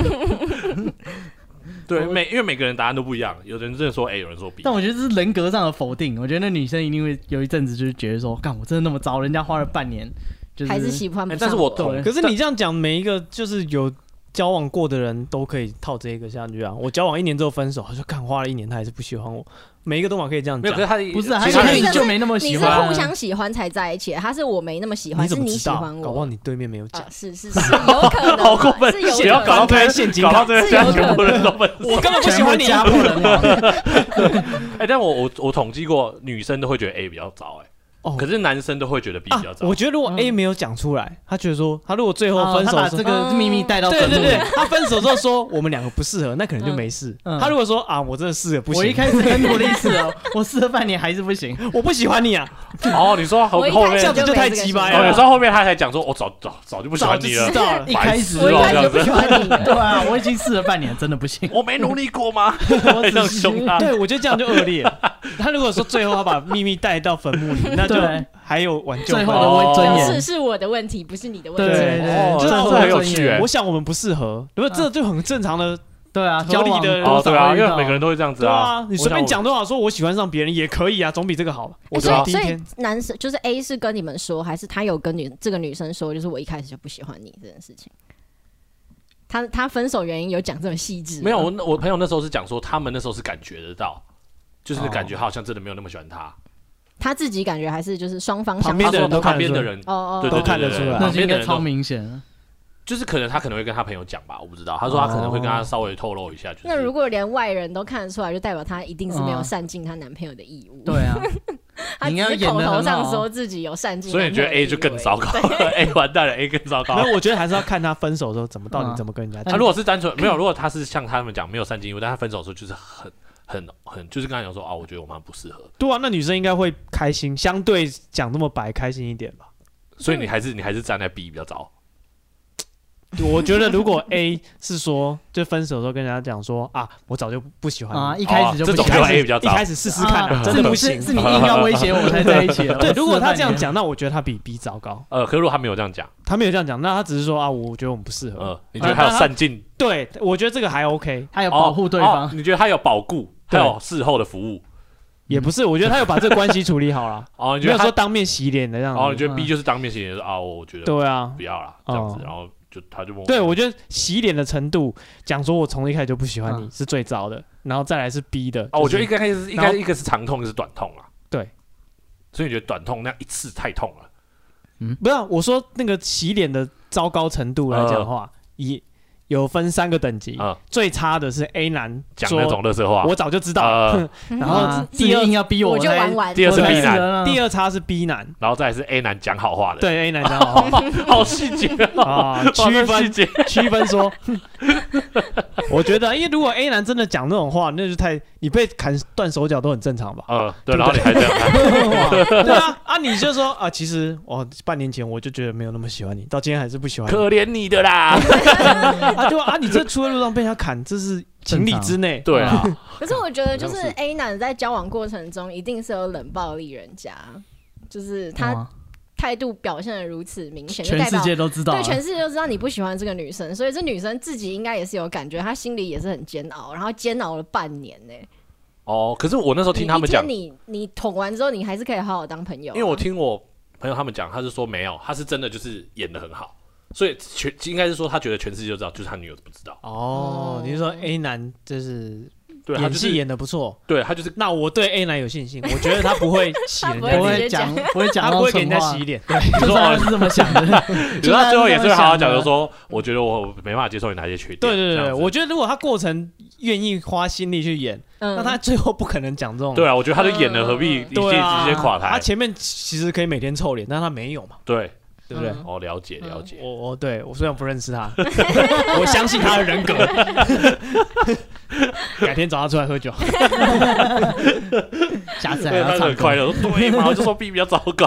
Speaker 4: 对，因为每个人答案都不一样，有人真的说 A， 有人说 B。
Speaker 3: 但我觉得这是人格上的否定。我觉得那女生一定会有一阵子就是觉得说，干我真的那么糟，人家花了半年。就是、
Speaker 5: 还是喜欢不上，
Speaker 4: 但是我
Speaker 2: 可是你这样讲，每一个就是有交往过的人都可以套这个下去啊。我交往1年之后分手，他说干花了1年，他还是不喜欢我。每一个都嘛可以这样讲。
Speaker 4: 没有，可是他
Speaker 3: 不是，他其实就没那么喜欢。
Speaker 5: 你是互相喜欢才在一起，他是我没那么喜欢，是你喜欢我。
Speaker 2: 搞不好你对面没有讲。
Speaker 5: 是有可能。
Speaker 4: 好过分，不要搞到这
Speaker 2: 陷阱，搞
Speaker 4: 到这些全部人都分手。
Speaker 2: 我根本不喜欢你，
Speaker 3: 家破人亡。
Speaker 4: 但我统计过，女生都会觉得 A 比较糟，可是男生都会觉得 B 比较糟。
Speaker 2: 我觉得如果 A 没有讲出来，他觉得说他如果最后分手，他
Speaker 3: 把这个秘密带到
Speaker 2: 对，他分手之后说我们两个不适合，那可能就没事。他如果说啊我真的适合不行，
Speaker 3: 我一开始很努力试哦，我试了半年还是不行，
Speaker 2: 我不喜欢你啊。
Speaker 4: 你说后面
Speaker 2: 这样就太鸡掰了。
Speaker 4: 有时候后面他才讲说，我早就不喜欢你了，
Speaker 3: 一开始
Speaker 5: 我就不喜欢你。
Speaker 3: 对啊，我已经试了半年，真的不行。
Speaker 4: 我没努力过吗？我这样凶他。
Speaker 2: 对，我觉得这样就恶劣了。他如果说最后他把秘密带到坟墓里，那就还有挽救
Speaker 3: 最后的尊严。
Speaker 5: 是我的问题，不是你的问题。
Speaker 3: 对，
Speaker 2: 这
Speaker 4: 很有趣。
Speaker 2: 我想我们不适合，因为这就很正常的。
Speaker 3: 对啊，
Speaker 2: 合理的
Speaker 4: 对啊，因为每个人都会这样子啊。
Speaker 2: 对啊，你随便讲多少，说我喜欢上别人也可以啊，总比这个好。
Speaker 5: 所以男生就是 A 是跟你们说，还是他有跟这个女生说，就是我一开始就不喜欢你这件事情？他分手原因有讲这么细致？
Speaker 4: 没有，我朋友那时候是讲说，他们那时候是感觉得到，就是感觉他好像真的没有那么喜欢他。
Speaker 5: 他自己感觉还是就是双方
Speaker 2: 旁边的人都
Speaker 4: 旁边的人
Speaker 2: 都看得出来，
Speaker 3: 那应该超明显。
Speaker 4: 就是可能他可能会跟他朋友讲吧，我不知道。他说他可能会跟他稍微透露一下。就是
Speaker 5: 那如果连外人都看得出来，就代表他一定是没有善尽他男朋友的义务。
Speaker 3: 对啊，
Speaker 5: 他只是口头上说自己有善尽。
Speaker 4: 所以你觉得 A 就更糟糕？A 完蛋了 ，A 更糟糕。
Speaker 2: 没有，我觉得还是要看他分手的时候到底怎么跟人家讲。
Speaker 4: 他如果是单纯没有，如果他是像他们讲没有善尽义务，但他分手的时候就是很，就是跟他讲说啊，我觉得我们不适合。
Speaker 2: 对啊，那女生应该会开心，相对讲那么白，开心一点吧。
Speaker 4: 所以你还是站在 B 比较糟。
Speaker 2: 我觉得如果 A 是说，就分手的时候跟人家讲说啊，我早就不喜欢你，
Speaker 3: 一开始就不喜欢
Speaker 4: 你，一
Speaker 2: 开始试试看，真的不行，
Speaker 3: 是你硬要威胁我才在一起。
Speaker 2: 对，如果他这样讲，那我觉得他比 B 糟糕。
Speaker 4: 可是如果他没有这样讲，
Speaker 2: 那他只是说啊，我觉得我们不适合。
Speaker 4: 你觉得他有善尽？
Speaker 2: 对，我觉得这个还 OK，
Speaker 3: 他有保护对方。
Speaker 4: 你觉得他有保固，还有事后的服务？
Speaker 2: 也不是，我觉得他有把这个关系处理好了。
Speaker 4: 你觉得
Speaker 2: 没有说当面洗脸的这样子。
Speaker 4: 你觉得 B 就是当面洗脸，说啊，我觉得
Speaker 2: 对啊，
Speaker 4: 不要啦，这样子，然后。
Speaker 2: 对，我觉得洗脸的程度，讲说我从一开始就不喜欢你是最糟的，然后再来是 B 的。
Speaker 4: 我觉得一个是长痛，一个是短痛啊。
Speaker 2: 对，
Speaker 4: 所以你觉得短痛那一次太痛了？
Speaker 2: 不是，我说那个洗脸的糟糕程度来讲的话，有分3个等级，最差的是 A 男
Speaker 4: 讲那种垃圾话，
Speaker 2: 我早就知道。然后
Speaker 3: 第二硬要逼
Speaker 5: 我就玩完，
Speaker 4: 第二是 B 男，
Speaker 2: 第二差是 B 男，
Speaker 4: 然后再来是 A 男讲好话的。
Speaker 2: 对 ，A 男讲好话，
Speaker 4: 好细节啊，
Speaker 2: 区分说，我觉得，因为如果 A 男真的讲那种话，那就你被砍断手脚都很正常吧？
Speaker 4: 对，然后你还这样看，
Speaker 2: 对啊，你就说啊，其实我半年前我就觉得没有那么喜欢你，到今天还是不喜欢你，
Speaker 4: 可怜你的啦。
Speaker 2: 对啊，你这出在路上被人家砍，这是情理之内。
Speaker 4: 对啊，
Speaker 5: 可是我觉得，就是 A 男在交往过程中一定是有冷暴力人家，就是他态度表现得如此明显，
Speaker 3: 全世界都知道，
Speaker 5: 对，全世界都知道你不喜欢这个女生，所以这女生自己应该也是有感觉，她心里也是很煎熬，然后煎熬了半年呢。
Speaker 4: 可是我那时候听他们讲，
Speaker 5: 你捅完之后，你还是可以好好当朋友。
Speaker 4: 因为我听我朋友他们讲，他是说没有，他是真的就是演得很好。所以应该是说，他觉得全世界都知道，就是他女友不知道。
Speaker 2: 你是说 A 男就是
Speaker 4: 对
Speaker 2: 演戏演得不错，
Speaker 4: 对他就是。
Speaker 2: 那我对 A 男有信心，我觉得他不会洗人家，
Speaker 3: 不会讲，
Speaker 2: 他不会给人家洗脸。对，
Speaker 3: 你说是这么想的，
Speaker 4: 就是他最后也是会好好讲，就说我觉得我没办法接受你哪些缺点。
Speaker 2: 对，我觉得如果他过程愿意花心力去演，那他最后不可能讲这种。
Speaker 4: 对啊，我觉得他就演了，何必直接垮台？
Speaker 2: 他前面其实可以每天臭脸，但他没有嘛。
Speaker 4: 对。
Speaker 2: 对不对？
Speaker 4: 哦，了解。
Speaker 2: 对我虽然不认识他，我相信他的人格。改天找他出来喝酒，
Speaker 3: 下次还要唱
Speaker 4: 很快乐。对嘛，我就说 B 比较糟糕，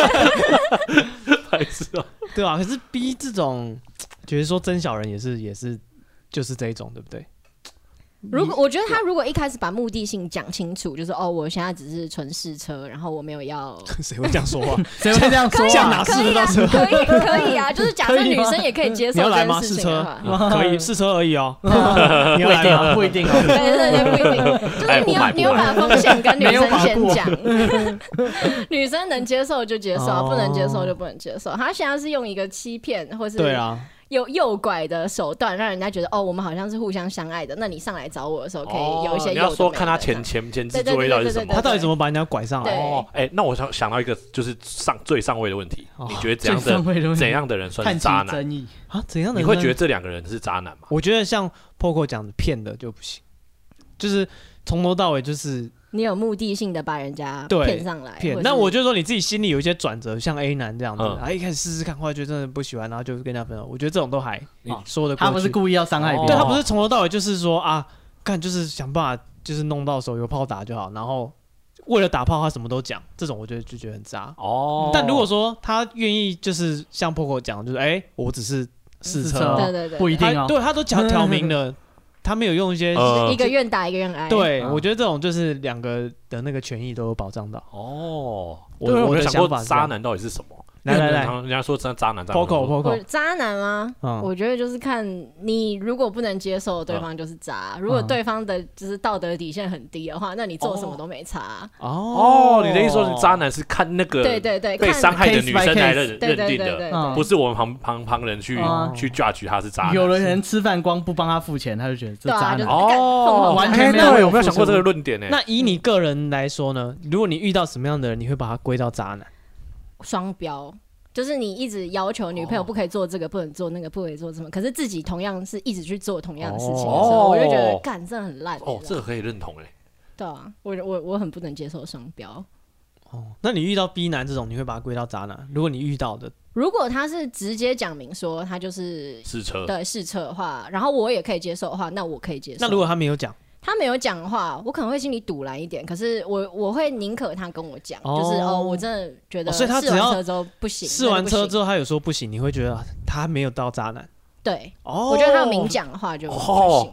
Speaker 4: 还是
Speaker 2: 对啊。可是 B 这种，觉得说真小人也是就是这一种，对不对？
Speaker 5: 我觉得他如果一开始把目的性讲清楚，就是我现在只是纯试车，然后我没有要。
Speaker 2: 谁会这样说话？
Speaker 3: 谁会这样说话？
Speaker 2: 哪试得到车？
Speaker 5: 可以啊，就是假设女生也可以接受这件事情的
Speaker 2: 话。可以试车而已哦。
Speaker 3: 你要来吗？不一定哦。
Speaker 5: 对，不一定。就是你有把风险跟女生先讲，女生能接受就接受，不能接受就不能接受。他现在是用一个欺骗或是
Speaker 2: 对啊。
Speaker 5: 诱拐的手段，让人家觉得我们好像是互相相爱的。那你上来找我的时候，可以有一些
Speaker 4: 你要说看他前置作业到底是什么，
Speaker 2: 他到底怎么把人家拐上来？
Speaker 4: 那我想到一个就是最上位的问题，你觉得怎样的人算是渣男
Speaker 2: 啊？怎样的人？
Speaker 4: 你会觉得这两个人是渣男吗？
Speaker 2: 我觉得像 Poco 讲的骗的就不行，就是从头到尾就是
Speaker 5: 你有目的性的把人家骗上来，
Speaker 2: 那我就说你自己心里有一些转折，像 A 男这样子，一开始试试看，后来觉得真的不喜欢，然后就跟人家分手。我觉得这种都还说得过去。
Speaker 3: 他不是故意要伤害别人，
Speaker 2: 对他不是从头到尾就是说看就是想办法就是弄到手有炮打就好，然后为了打炮他什么都讲，这种我就觉得很渣。但如果说他愿意就是像 Poco 讲，就是我只是试车，
Speaker 5: 对，
Speaker 3: 不一定哦，
Speaker 2: 对他都挑明了。他没有用一些
Speaker 5: 一个愿打一个愿挨，
Speaker 2: 对，我觉得这种就是两个的那个权益都有保障到。
Speaker 4: 我的想过渣男到底是什么？来，人家说渣男
Speaker 2: ，Poco
Speaker 5: 渣男吗？我觉得就是看你如果不能接受对方就是渣，如果对方的就是道德底线很低的话，那你做什么都没差。
Speaker 4: 你的意思说渣男是看那个
Speaker 5: 对
Speaker 4: 被伤害的女生来认定的，不是我们旁人去 judge 他是渣男。
Speaker 3: 有的人吃饭光不帮他付钱，他就觉得这渣男
Speaker 5: 完
Speaker 3: 全没有
Speaker 4: 没有想过这个论点呢。
Speaker 2: 那以你个人来说呢？如果你遇到什么样的人，你会把他归到渣男？
Speaker 5: 双标，就是你一直要求女朋友不可以做这个，不能做那个，不可以做什么，可是自己同样是一直去做同样的事情的时候，我就觉得干真的很烂。
Speaker 4: 这个可以认同
Speaker 5: 对啊，我很不能接受双标。
Speaker 2: 那你遇到 B 男这种，你会把他归到渣男？如果你遇到的，
Speaker 5: 如果他是直接讲明说他就是
Speaker 4: 试车，
Speaker 5: 对试车的话，然后我也可以接受的话，那我可以接受。
Speaker 2: 那如果他没有讲？
Speaker 5: 他没有讲的话，我可能会心里堵拦一点，可是我会宁可他跟我讲，就是我真的觉得，
Speaker 2: 所以他只要
Speaker 5: 试完车之后不行，
Speaker 2: 试完车之后他有说不行，你会觉得他没有到渣男。
Speaker 5: 对，我觉得他有明讲的话就不行。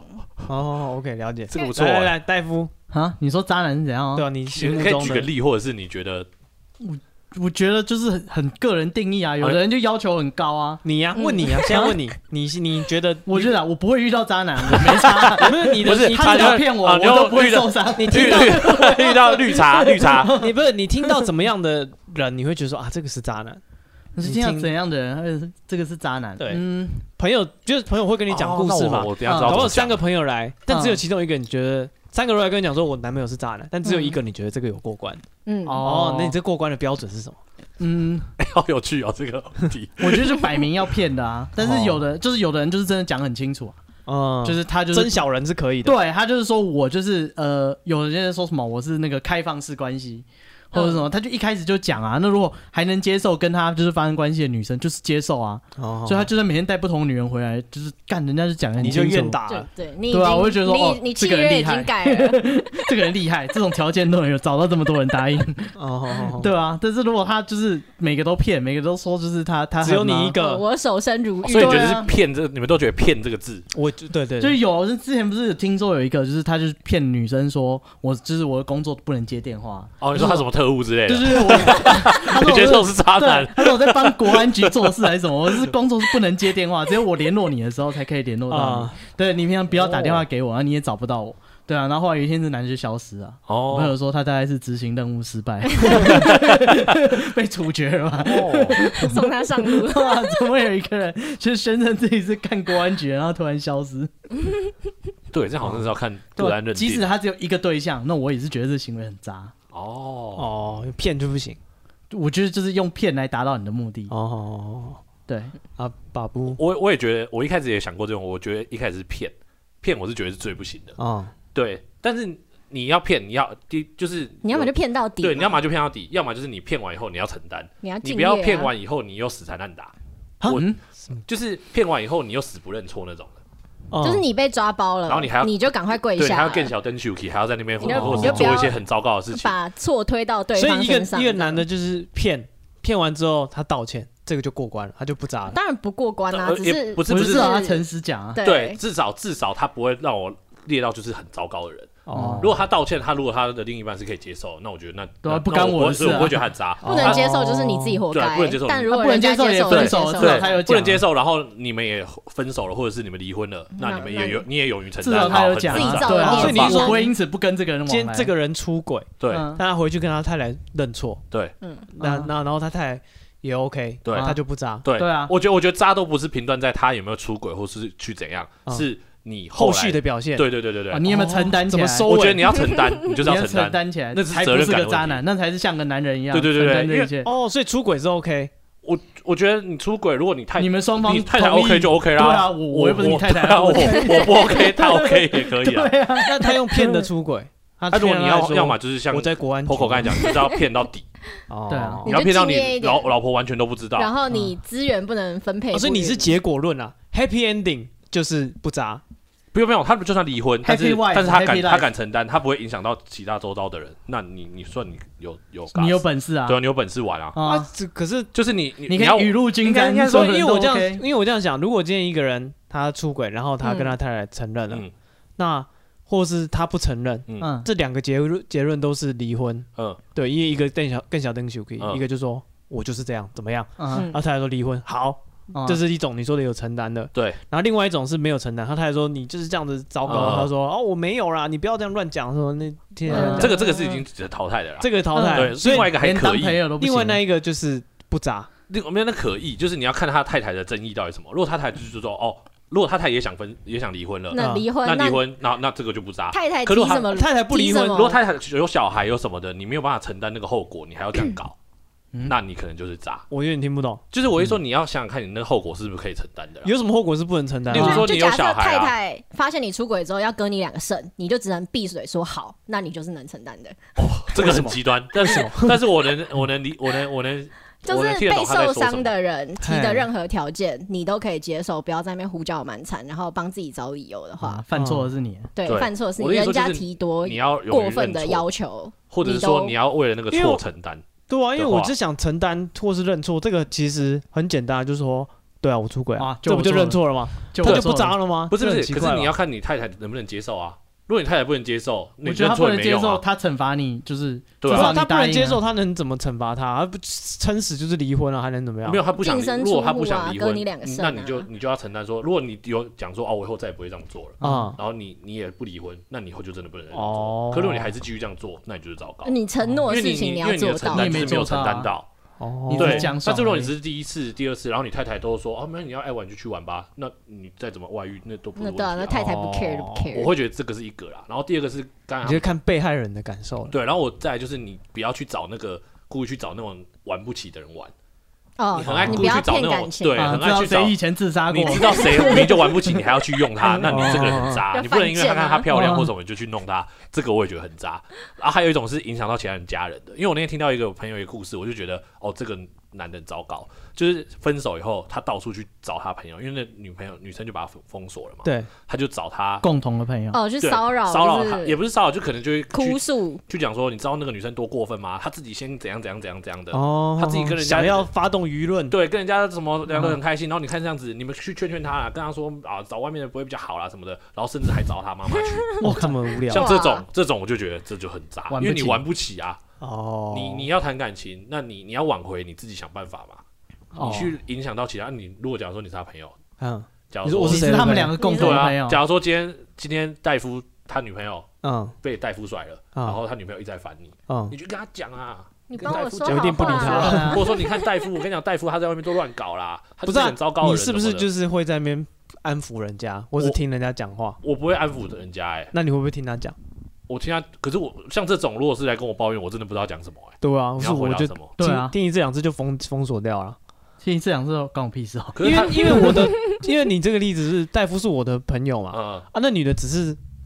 Speaker 2: OK， 了解，
Speaker 4: 这个不错。
Speaker 2: 来，戴夫
Speaker 3: 你说渣男是怎样？
Speaker 2: 对啊，你心目
Speaker 4: 中可以举个例，或者是你觉得？
Speaker 3: 我觉得就是很个人定义啊，有的人就要求很高啊。
Speaker 2: 你呀，问你啊，现在问你，你觉得？
Speaker 3: 我觉得我不会遇到渣男，我没差。
Speaker 2: 不是你的，
Speaker 3: 他只要骗我，我都不会受伤。
Speaker 2: 你听到
Speaker 4: 遇到绿茶，
Speaker 2: 你不是你听到怎么样的人，你会觉得说这个是渣男？
Speaker 3: 你是听到怎样的人，这个是渣男？
Speaker 2: 对，朋友就是朋友会跟你讲故事嘛。
Speaker 4: 我等下知道。
Speaker 2: 搞不好3个朋友来，但只有其中一个你觉得。3个人来跟你讲说，我男朋友是渣男，但只有一个你觉得这个有过关。那你这过关的标准是什么？
Speaker 4: 好有趣哦，这个问题。
Speaker 3: 我觉得就摆明要骗的啊，但是有的人就是真的讲很清楚就是他就是
Speaker 2: 真小人是可以的。
Speaker 3: 对，他就是说我就是有人说什么我是那个开放式关系。或者什么，他就一开始就讲啊，那如果还能接受跟他就是发生关系的女生，就是接受啊，所以他就算每天带不同的女人回来，就是干人家就讲很清楚，
Speaker 2: 你就愿打了，
Speaker 5: 对
Speaker 3: 啊，我就觉得说
Speaker 5: 你
Speaker 3: 这个人厉害，这个人厉害，这种条件都能有找到这么多人答应，对啊，但是如果他就是每个都骗，每个都说就是他
Speaker 2: 只有你一个，
Speaker 5: 我守身如玉，
Speaker 4: 所以你觉得是骗这，你们都觉得骗这个字，
Speaker 2: 对，
Speaker 3: 就有之前不是有听说有一个就是他就是骗女生说我就是我的工作不能接电话，
Speaker 4: 你说他什么特务之类的，
Speaker 3: 就是
Speaker 4: 你觉得我是渣男？
Speaker 3: 他说我在帮国安局做事还是什么？我是工作是不能接电话，只有我联络你的时候才可以联络到你。对，你平常不要打电话给我，然后你也找不到我。对啊，然后后来有一天这男的就消失了。我朋友说他大概是执行任务失败，被处决了嘛。
Speaker 5: 送他上路。
Speaker 3: 哇，怎么会有一个人就是宣称自己是干国安局，然后突然消失？
Speaker 4: 对，这好像是要看个人认定。
Speaker 3: 即使他只有一个对象，那我也是觉得这行为很渣。
Speaker 2: 骗就不行。
Speaker 3: 我觉得就是用骗来达到你的目的。对
Speaker 2: 啊，巴布，
Speaker 4: 我也觉得，我一开始也想过这种，我觉得一开始是骗我是觉得是最不行的。对，但是你要骗，就是
Speaker 5: 你要么就骗到底，
Speaker 4: 对，你要么就骗到底，要么就是你骗完以后你要承担，你不要骗完以后你又死缠烂打，就是骗完以后你又死不认错那种的。
Speaker 5: 就是你被抓包了，
Speaker 4: 然后你
Speaker 5: 就赶快跪下，
Speaker 4: 对，还要更小灯 Shuki， 还要在那边或者做一些很糟糕的事情，
Speaker 5: 把错推到对方身上。
Speaker 2: 所以一个男的就是骗完之后他道歉，这个就过关了，他就不砸了。
Speaker 5: 当然不过关啊，只是
Speaker 3: 不是他诚实讲啊，
Speaker 4: 对，至少他不会让我列到就是很糟糕的人。如果他道歉，如果他的另一半是可以接受，那我觉得那
Speaker 3: 不干我的事，
Speaker 4: 我不会觉得他很渣。
Speaker 5: 不能接受就是你自己活该，
Speaker 4: 不能接受。
Speaker 5: 但如果人家接受，
Speaker 3: 分手，他有讲，
Speaker 4: 不能接受，然后你们也分手了，或者是你们离婚了，那你也勇于承担。
Speaker 3: 至少他有讲，
Speaker 5: 对啊，
Speaker 3: 所以你不会因此不跟这个人往来。
Speaker 2: 今天这个人出轨，
Speaker 4: 对，
Speaker 2: 但他回去跟他太太认错，
Speaker 4: 对，
Speaker 2: 然后他太太也 OK，
Speaker 4: 对，
Speaker 2: 他就不渣，
Speaker 4: 对啊。我觉得渣都不是评断在他有没有出轨，或是去怎样，是。你
Speaker 2: 后续的表现，
Speaker 4: 对，
Speaker 3: 你有没有承担起来？
Speaker 4: 我觉得你要承担，你就是要
Speaker 3: 承担起来，
Speaker 4: 那
Speaker 3: 才不是个渣男，那才是像个男人一样。
Speaker 4: 对，
Speaker 2: 所以出轨是 OK。
Speaker 4: 我觉得你出轨，如果你
Speaker 3: 们双方
Speaker 4: 太太 OK 就 OK 啦。
Speaker 3: 对啊，我又不是你太太，
Speaker 4: 我不 OK， 他 OK 也可以啊。
Speaker 2: 对啊，那他用骗的出轨，
Speaker 4: 他如果你要么就是像
Speaker 2: 我在国安
Speaker 4: Poco刚才讲，就是要骗到底。
Speaker 3: 对啊，
Speaker 4: 你要骗到你老婆完全都不知道，
Speaker 5: 然后你资源不能分配。
Speaker 2: 所以你是结果论啊 ，Happy Ending 就是不渣。
Speaker 4: 不用，他就算离婚，但是他敢承担，他不会影响到其他周遭的人。那你算你有
Speaker 3: 你有本事啊？
Speaker 4: 对啊，你有本事玩啊！
Speaker 2: 可是
Speaker 4: 就是你
Speaker 3: 可以雨露均沾。
Speaker 2: 应该说，因为我这样想，如果今天一个人他出轨，然后他跟他太太承认了，那或是他不承认，这两个结论都是离婚。对，因为一个更小灯 Shuki， 一个就说我就是这样，怎么样？然后太太说离婚，好。这是一种你说的有承担的，
Speaker 4: 对。
Speaker 2: 然后另外一种是没有承担，他太太说你就是这样子糟糕，他说我没有啦，你不要这样乱讲，说那
Speaker 4: 这个是已经值得淘汰的啦，
Speaker 2: 这个淘汰。
Speaker 4: 对，另外一个还可以，
Speaker 2: 另外那一个就是不渣，
Speaker 4: 没有那可以，就是你要看他太太的争议到底什么。如果他太太就是说如果他太太也想离婚了，
Speaker 5: 那离婚，
Speaker 4: 那这个就不渣。
Speaker 5: 太太提什么？
Speaker 2: 太太不离婚，
Speaker 4: 如果太太有小孩有什么的，你没有办法承担那个后果，你还要这样搞。那你可能就是渣，
Speaker 2: 我有点听不懂。
Speaker 4: 就是我一说你要想想看，你那个后果是不是可以承担的？
Speaker 2: 有什么后果是不能承担的？
Speaker 4: 例如说你有小孩，
Speaker 5: 太太发现你出轨之后要割你2个肾，你就只能闭嘴说好，那你就是能承担的。
Speaker 4: 这个很极端，但是我能，
Speaker 5: 就是被受伤的人提的任何条件，你都可以接受，不要在那边胡搅蛮缠，然后帮自己找理由的话，
Speaker 3: 犯错的是你。
Speaker 5: 对，犯错是你，人家提多
Speaker 4: 你要
Speaker 5: 过分的要求，
Speaker 4: 或者是说你要为了那个错承担。
Speaker 2: 对啊，因为我只想承担或是认错，这个其实很简单，就是说，对啊，我出轨啊，这不就认错了吗？他就不渣了吗？
Speaker 4: 不是，可是你要看你太太能不能接受啊。如果你太太不能接受，
Speaker 3: 我觉得他不能接受，他惩罚你就是
Speaker 2: 对啊，他不能接受，他能怎么惩罚他？他不撑死就是离婚了，还能怎么样？
Speaker 4: 没有，他不想。如果他不想离婚，那你就要承担说，如果你有讲说我以后再也不会这样做了然后你也不离婚，那你以后就真的不能这样做。可如果你还是继续这样做，那你就是糟糕。
Speaker 5: 你承诺的事情你要做到，
Speaker 4: 你没有承担到。
Speaker 3: 对，
Speaker 4: 但是如果你只是第一次、第二次，然后你太太都说没有，你要爱玩就去玩吧，那你再怎么外遇，那都不是问题。
Speaker 5: 那太太不 care 不 care。
Speaker 4: 我会觉得这个是一个啦，然后第二个是刚才
Speaker 2: 你就看被害人的感受。
Speaker 4: 对，然后我再来就是你不要去找那个故意去找那种玩不起的人玩。你很爱故意去找那种对，很爱去找
Speaker 3: 谁以前自杀过，
Speaker 4: 你知道谁明明就玩不起，你还要去用他，那你这个人很渣。你不能因为他看他漂亮或什么你就去弄他，这个我也觉得很渣。然后还有一种是影响到其他人家人的，因为我那天听到一个朋友一个故事，我就觉得这个男人糟糕，就是分手以后他到处去找他朋友，因为那女生就把他封锁了嘛，
Speaker 2: 对，
Speaker 4: 他就找他
Speaker 3: 共同的朋友
Speaker 5: 去骚扰
Speaker 4: 他，也不是骚扰，就可能就会
Speaker 5: 哭诉，
Speaker 4: 去讲说你知道那个女生多过分吗？她自己先怎样的，他自己跟人家
Speaker 2: 想要发动舆论，
Speaker 4: 对，跟人家什么两个很开心，然后你看这样子，你们去劝他啦，跟他说找外面的不会比较好啦什么的，然后甚至还找他妈妈去，
Speaker 2: 哇，这么无聊。
Speaker 4: 像这种我就觉得这就很渣，因为你玩不起啊。你要谈感情，那你要挽回，你自己想办法嘛。你去影响到其他，你如果假如说你是他朋友，假如说
Speaker 3: 我是他们两个共同的朋友，
Speaker 4: 假如说今天戴夫他女朋友被戴夫甩了，然后他女朋友一直在烦你，你就跟他讲啊。
Speaker 5: 你帮我说
Speaker 2: 有点不理他，
Speaker 4: 或者说你看戴夫，我跟你讲，戴夫他在外面都乱搞啦，他是很糟糕的人。
Speaker 2: 你是不是就是会在那边安抚人家，或是听人家讲话？
Speaker 4: 我不会安抚人家
Speaker 2: 那你会不会听他讲？
Speaker 4: 我听他，可是我像这种，如果是来跟我抱怨，我真的不知道讲什么
Speaker 2: 对啊，
Speaker 4: 你要回答什么？
Speaker 2: 对啊，听一这两次就封锁掉了。
Speaker 3: 听一这两次关我屁事
Speaker 2: 因为你这个例子是戴夫是我的朋友嘛，那女的只是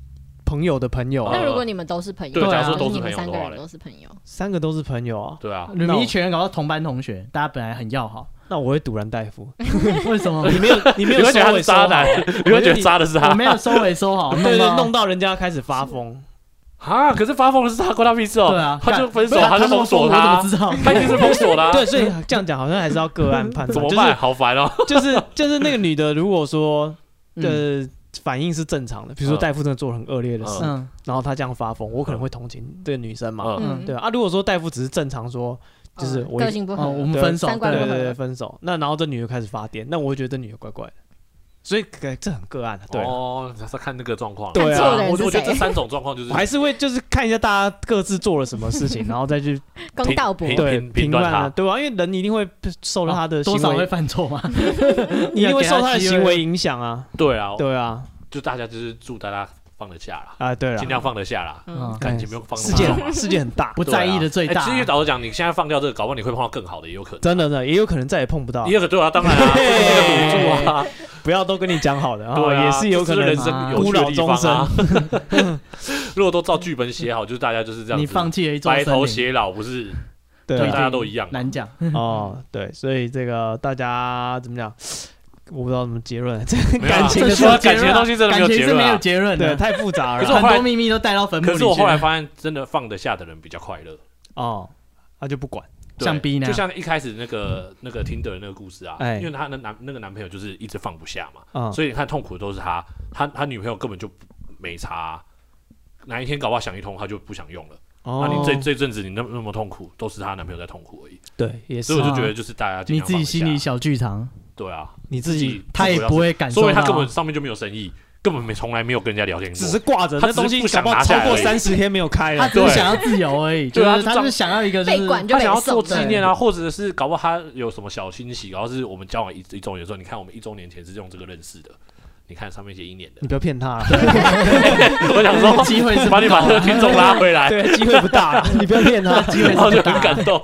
Speaker 2: 朋友的朋友。
Speaker 5: 那如果你们都是朋友，
Speaker 4: 对，假如说
Speaker 5: 都
Speaker 4: 是朋友的话，
Speaker 5: 3个人都是朋友
Speaker 2: ，3个都是朋友啊。
Speaker 4: 对啊，
Speaker 3: 你们一群人搞到同班同学，大家本来很要好，
Speaker 2: 那我会堵然大夫。
Speaker 3: 为什么？
Speaker 2: 你没有
Speaker 4: 会觉得他是渣男，你会觉得渣的是他，
Speaker 3: 我没有收尾收好，
Speaker 2: 对，弄到人家开始发疯。
Speaker 4: 啊！可是发疯的是他，关他屁事哦。
Speaker 3: 对啊，
Speaker 4: 他就分手，他就封锁他，
Speaker 3: 我怎么知道？
Speaker 4: 他一定是封锁的。
Speaker 2: 对，所以这样讲好像还是要个案判断。
Speaker 4: 怎么办？好烦哦。
Speaker 2: 就是那个女的，如果说反应是正常的，比如说大夫真的做了很恶劣的事，然后她这样发疯，我可能会同情这个女生嘛。对啊，如果说大夫只是正常说，就是我
Speaker 5: 个性不合，
Speaker 3: 我们分手，
Speaker 2: 对，分手。那然后这女的开始发癫，那我会觉得这女的怪怪的。所以这很个案，对
Speaker 4: 哦，是看那个状况，
Speaker 2: 对啊，
Speaker 4: 我觉得这3种状况就是，
Speaker 2: 我还是会就是看一下大家各自做了什么事情，然后再去
Speaker 5: 公道博，
Speaker 2: 对，评断
Speaker 4: 他，
Speaker 2: 对吧？因为人一定会受到他的行为，
Speaker 3: 多少会犯错嘛，
Speaker 2: 你一定会受他的行为影响啊，
Speaker 4: 对啊，
Speaker 2: 对啊，
Speaker 4: 就大家就是祝大家放得下啦，
Speaker 2: 啊，对了，
Speaker 4: 尽量放得下啦，感情不用放
Speaker 2: 世界很大，
Speaker 3: 不在意的最大。
Speaker 4: 其实老实讲，你现在放掉这个，搞不好你会碰到更好的，也有可能，
Speaker 2: 真的也有可能再也碰不到，
Speaker 4: 也有可能对啊，当然啊，这是一个赌注啊。
Speaker 2: 不要都跟你讲好的啊，
Speaker 4: 对啊，
Speaker 2: 也是有可能
Speaker 4: 人生有
Speaker 2: 孤老终生。
Speaker 4: 如果都照剧本写好，就是大家就是这样子，
Speaker 3: 你放弃了一座
Speaker 4: 白头偕老，不是对大家都一样，
Speaker 3: 难讲
Speaker 2: 哦。对，所以这个大家怎么讲？我不知道什么结论，
Speaker 4: 感情的东西真的
Speaker 3: 没有结论，
Speaker 2: 对，太复杂了，
Speaker 3: 很多秘密都带到坟墓里去。
Speaker 4: 可是我后来发现，真的放得下的人比较快乐
Speaker 2: 哦，他就不管。
Speaker 3: 像 B 呢，
Speaker 4: 就像一开始那个 Tinder 的那个故事啊，因为他的那个男朋友就是一直放不下嘛，所以你看痛苦的都是他女朋友根本就没差，哪一天搞不好想一通他就不想用了。那你这阵子你那么痛苦，都是她男朋友在痛苦而已。
Speaker 2: 对，也是。
Speaker 4: 所以我就觉得就是大家
Speaker 3: 你自己心里小剧场。
Speaker 4: 对啊，
Speaker 2: 你自己
Speaker 3: 他也不会感受到，
Speaker 4: 所以他根本上面就没有生意。根本从来没有跟人家聊天过，
Speaker 2: 只是挂着，
Speaker 4: 他
Speaker 2: 那东西搞不好超过30天没有开了，
Speaker 3: 他只是想要自由而已，就是他是想要一个就是
Speaker 4: 他想要做纪念啊，或者是搞不好他有什么小惊喜，然后是我们交往1周年的时候，你看我们1周年前是用这个认识的，你看上面写1年的，
Speaker 2: 你不要骗他。
Speaker 4: 我想说机会是把这个听众拉回来，
Speaker 2: 对，机会不大，你不要骗他，机会
Speaker 4: 就很感动。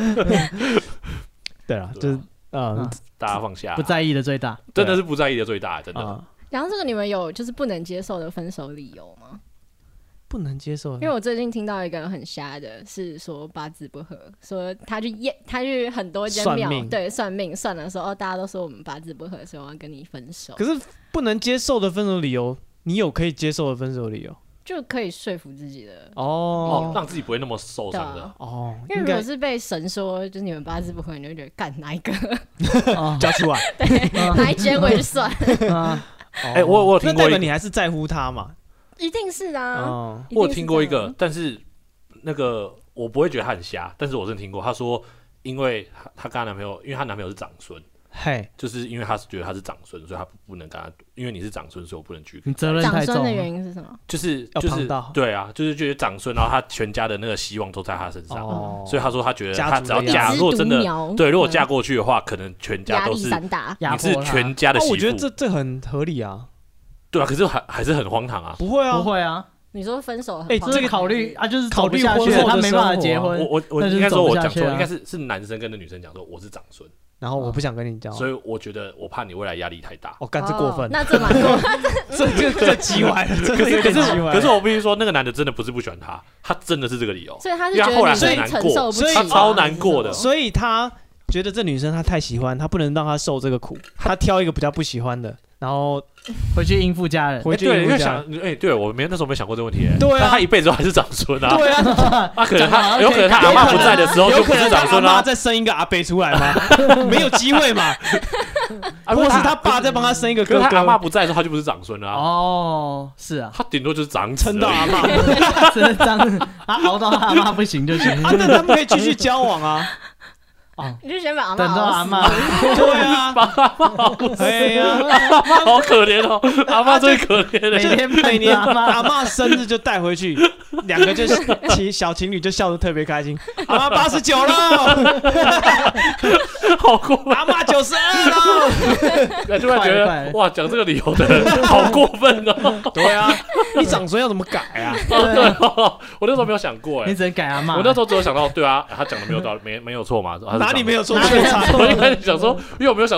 Speaker 2: 对了，就是
Speaker 4: 大家放下，
Speaker 3: 不在意的最大，
Speaker 4: 真的是不在意的最大，真的。
Speaker 5: 然后这个你们有就是不能接受的分手理由吗？
Speaker 2: 不能接受，
Speaker 5: 因为我最近听到一个很瞎的，是说八字不合，说他去很多间庙，对，算命算了说大家都说我们八字不合，所以我要跟你分手。
Speaker 2: 可是不能接受的分手理由，你有可以接受的分手理由？
Speaker 5: 就可以说服自己的
Speaker 4: 让自己不会那么受伤的
Speaker 5: 因为如果是被神说就是你们八字不合，你就会觉得干哪一个
Speaker 2: 交出来，
Speaker 5: 对，哪一间我也去算。
Speaker 4: 我有听过，
Speaker 2: 那代表你还是在乎他嘛？
Speaker 5: 一定是啊。
Speaker 4: 我有听过一个，但是那个我不会觉得他很瞎，但是我真的听过，他说因为他跟他男朋友，因为他男朋友是长孙。就是因为他是觉得他是长孙，所以他不能跟他，因为你是长孙，所以我不能去。
Speaker 3: 你责任太重。
Speaker 5: 长孙的原因是什么？
Speaker 4: 就是对啊，就是觉得长孙，然后他全家的那个希望都在他身上，所以他说他觉得他只要嫁，如果真的对，如果嫁过去的话，可能全家都是你是全家的媳妇。
Speaker 2: 我觉得这很合理啊。
Speaker 4: 对啊，可是还是很荒唐啊。
Speaker 2: 不会啊，
Speaker 3: 不会啊。
Speaker 5: 你说分手，
Speaker 3: 这个考虑啊，就是考虑下去，他没办法结婚。
Speaker 4: 我应该说，我讲错，应该是男生跟那女生讲说我是长孙。
Speaker 2: 然后我不想跟你交往，
Speaker 4: 所以我觉得我怕你未来压力太大。
Speaker 2: 干这过分，
Speaker 5: 那这蛮过分，
Speaker 2: 这鸡歪了，
Speaker 4: 可是我必须说，那个男的真的不是不喜欢他，他真的是这个理由。
Speaker 5: 所以他是觉得
Speaker 4: 很难过，
Speaker 5: 所以
Speaker 4: 他超难过的，
Speaker 2: 所以他觉得这女生他太喜欢，他不能让他受这个苦，他挑一个比较不喜欢的，然后
Speaker 3: 回去应付家人。
Speaker 4: 对，因为想，对我那时候没想过这个问题。
Speaker 2: 对啊，
Speaker 4: 他一辈子都还是长孙啊。
Speaker 2: 对啊，
Speaker 4: 可能他有可能他阿嬷不在的时候就不是长孙啦。
Speaker 2: 再生一个阿伯出来吗？没有机会嘛。或是他爸再帮他生一个哥哥。
Speaker 4: 他阿嬷不在的时候，他就不是长孙了。
Speaker 3: 是啊，
Speaker 4: 他顶多就是长
Speaker 2: 撑到阿嬷，
Speaker 3: 真的长，他熬到他阿嬷不行就行。
Speaker 2: 那他们可以继续交往啊。
Speaker 5: 你就先把阿嬷
Speaker 3: 等到阿嬷，
Speaker 2: 对啊，把阿嬷，哎呀，
Speaker 4: 阿嬷好可怜哦，阿嬷最可怜了，
Speaker 2: 每年阿嬷生日就带回去，2个就是小情侣就笑得特别开心。阿嬷89了，
Speaker 4: 好过分，
Speaker 2: 阿嬷92了，
Speaker 4: 突然觉得哇，讲这个理由的人好过分哦。
Speaker 2: 对啊，你长孙要怎么改啊？
Speaker 4: 我那时候没有想过，
Speaker 3: 你只能改阿嬷。
Speaker 4: 我那时候只有想到，对啊，他讲的没有道理，没有错嘛。
Speaker 2: 哪里没有错？
Speaker 4: 我一开始想说，因为我没有想到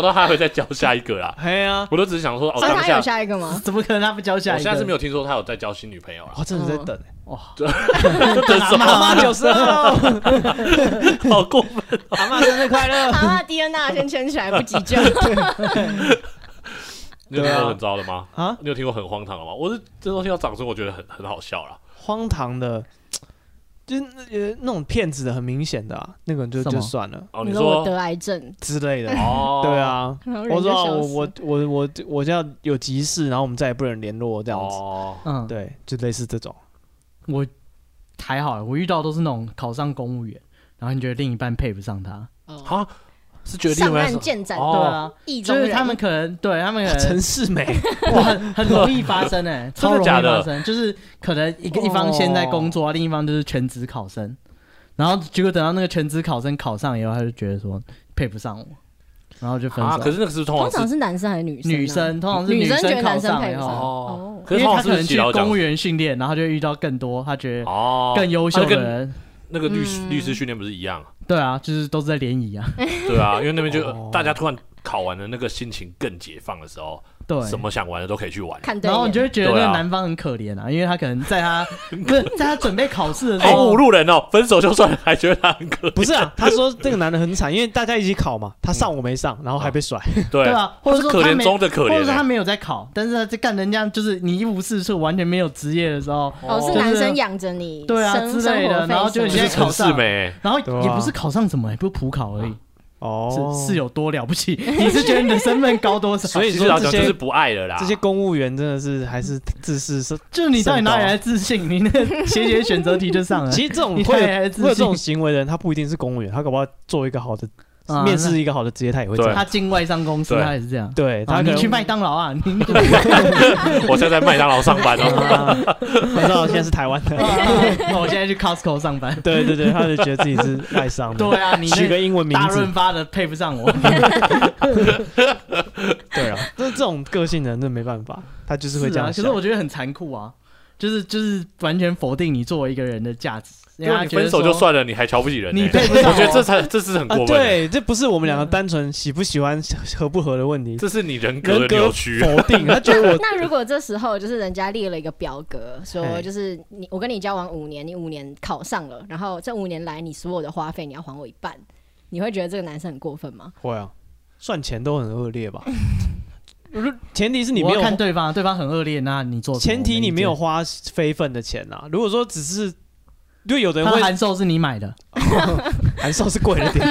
Speaker 4: 说他会再交下一个啦。
Speaker 2: 嘿啊，
Speaker 4: 我都只是想说，
Speaker 5: 所以他有下一个吗？
Speaker 3: 怎么可能他不交下一个？
Speaker 4: 我现在是没有听说他有在交新女朋友了。
Speaker 2: 我真的在等
Speaker 3: 哇，
Speaker 4: 等什么？
Speaker 2: 阿嬷92
Speaker 4: 了，好过分！
Speaker 2: 阿嬷生日快乐！
Speaker 5: 阿嬷 DNA 先牵起来，不急救。
Speaker 4: 你有听过很糟的吗？
Speaker 2: 啊，
Speaker 4: 你有听过很荒唐的吗？我是这东西要掌声，我觉得很好笑啦。
Speaker 2: 荒唐的，就是那种骗子的，很明显的啊，那个就算了。
Speaker 4: 哦，
Speaker 5: 你说我得癌症
Speaker 2: 之类的。
Speaker 4: 哦，
Speaker 2: 对啊，我说我就要有急事，然后我们再也不能联络这样子。
Speaker 3: 嗯，
Speaker 2: 对，就类似这种。
Speaker 3: 我还好，我遇到都是那种考上公务员，然后你觉得另一半配不上他。
Speaker 4: 啊，是觉得
Speaker 5: 上岸见斩，
Speaker 3: 对啊，就是他们可能
Speaker 2: 陈世美，
Speaker 3: 哇，很容易发生哎，超容易发生，就是可能一方先在工作，另一方就是全职考生，然后结果等到那个全职考生考上以后，他就觉得说配不上我，然后就分手。
Speaker 4: 可是那个是通
Speaker 5: 常是男生还是女生？
Speaker 3: 女生通常是
Speaker 5: 女生觉得
Speaker 3: 考
Speaker 5: 男生配
Speaker 3: 上以后，
Speaker 4: 哦，
Speaker 3: 因为他可能去公务员训练，然后就遇到更多他觉得更优秀的人。
Speaker 4: 那个律师训练不是一样？
Speaker 3: 对啊，就是都是在联谊啊。
Speaker 4: 对啊，因为那边就大家突然考完了，那个心情更解放的时候，对，什么想玩的都可以去玩。
Speaker 3: 然后你就会觉得那个男方很可怜啊，因为他可能在他准备考试的时候，
Speaker 4: 好侮辱人哦，分手就算了，还觉得他很可怜。
Speaker 2: 不是啊，他说这个男的很惨，因为大家一起考嘛，他上我没上，然后还被甩。
Speaker 4: 对
Speaker 3: 啊，或者说
Speaker 4: 可怜中的可怜，
Speaker 3: 或者说他没有在考，但是他在干人家就是你一无是处，完全没有职业的时候，
Speaker 5: 是男生养着你，
Speaker 3: 对啊之类的，然后就现在考上，然后也不是考上什么，不是普考而已。是有多了不起？你是觉得你的身份高多少？
Speaker 2: 所以说这些
Speaker 4: 就是不爱了啦。
Speaker 2: 这些公务员真的是还是自视是，
Speaker 3: 就是你到底哪里来自信？你那写选择题就上了。
Speaker 2: 其实这种会有这种行为的人，他不一定是公务员，他搞不好做一个好的。面试一个好的职业，他也会这样。
Speaker 3: 他进外商公司，他也是这样。
Speaker 2: 对，
Speaker 3: 你去麦当劳啊！
Speaker 4: 我现在在麦当劳上班哦。
Speaker 2: 麦当劳现在是台湾的。
Speaker 3: 我现在去 Costco 上班。
Speaker 2: 对对对，他就觉得自己是外商的。
Speaker 3: 对啊，你
Speaker 2: 取个英文名字，
Speaker 3: 大润发的配不上我。
Speaker 2: 对啊，这种个性的人真的没办法，他就是会这样。
Speaker 3: 可是我觉得很残酷啊，就是完全否定你作为一个人的价值。
Speaker 4: 因为你分手就算了，你还瞧不起人，
Speaker 3: 你配不上。
Speaker 4: 我觉得这是很过分。
Speaker 2: 对，这不是我们两个单纯喜不喜欢、合不合的问题，
Speaker 4: 这是你人格扭曲
Speaker 2: 否定。他觉得
Speaker 5: 那如果这时候就是人家列了一个表格，说就是我跟你交往5年，你5年考上了，然后这5年来你所有的花费你要还我1半，你会觉得这个男生很过分吗？
Speaker 2: 会啊，算钱都很恶劣吧。前提是你没有
Speaker 3: 看对方很恶劣，那你做
Speaker 2: 前提你没有花非分的钱啊。如果说只是。就有的人会
Speaker 3: 函授是你买的，
Speaker 2: 函授是贵了点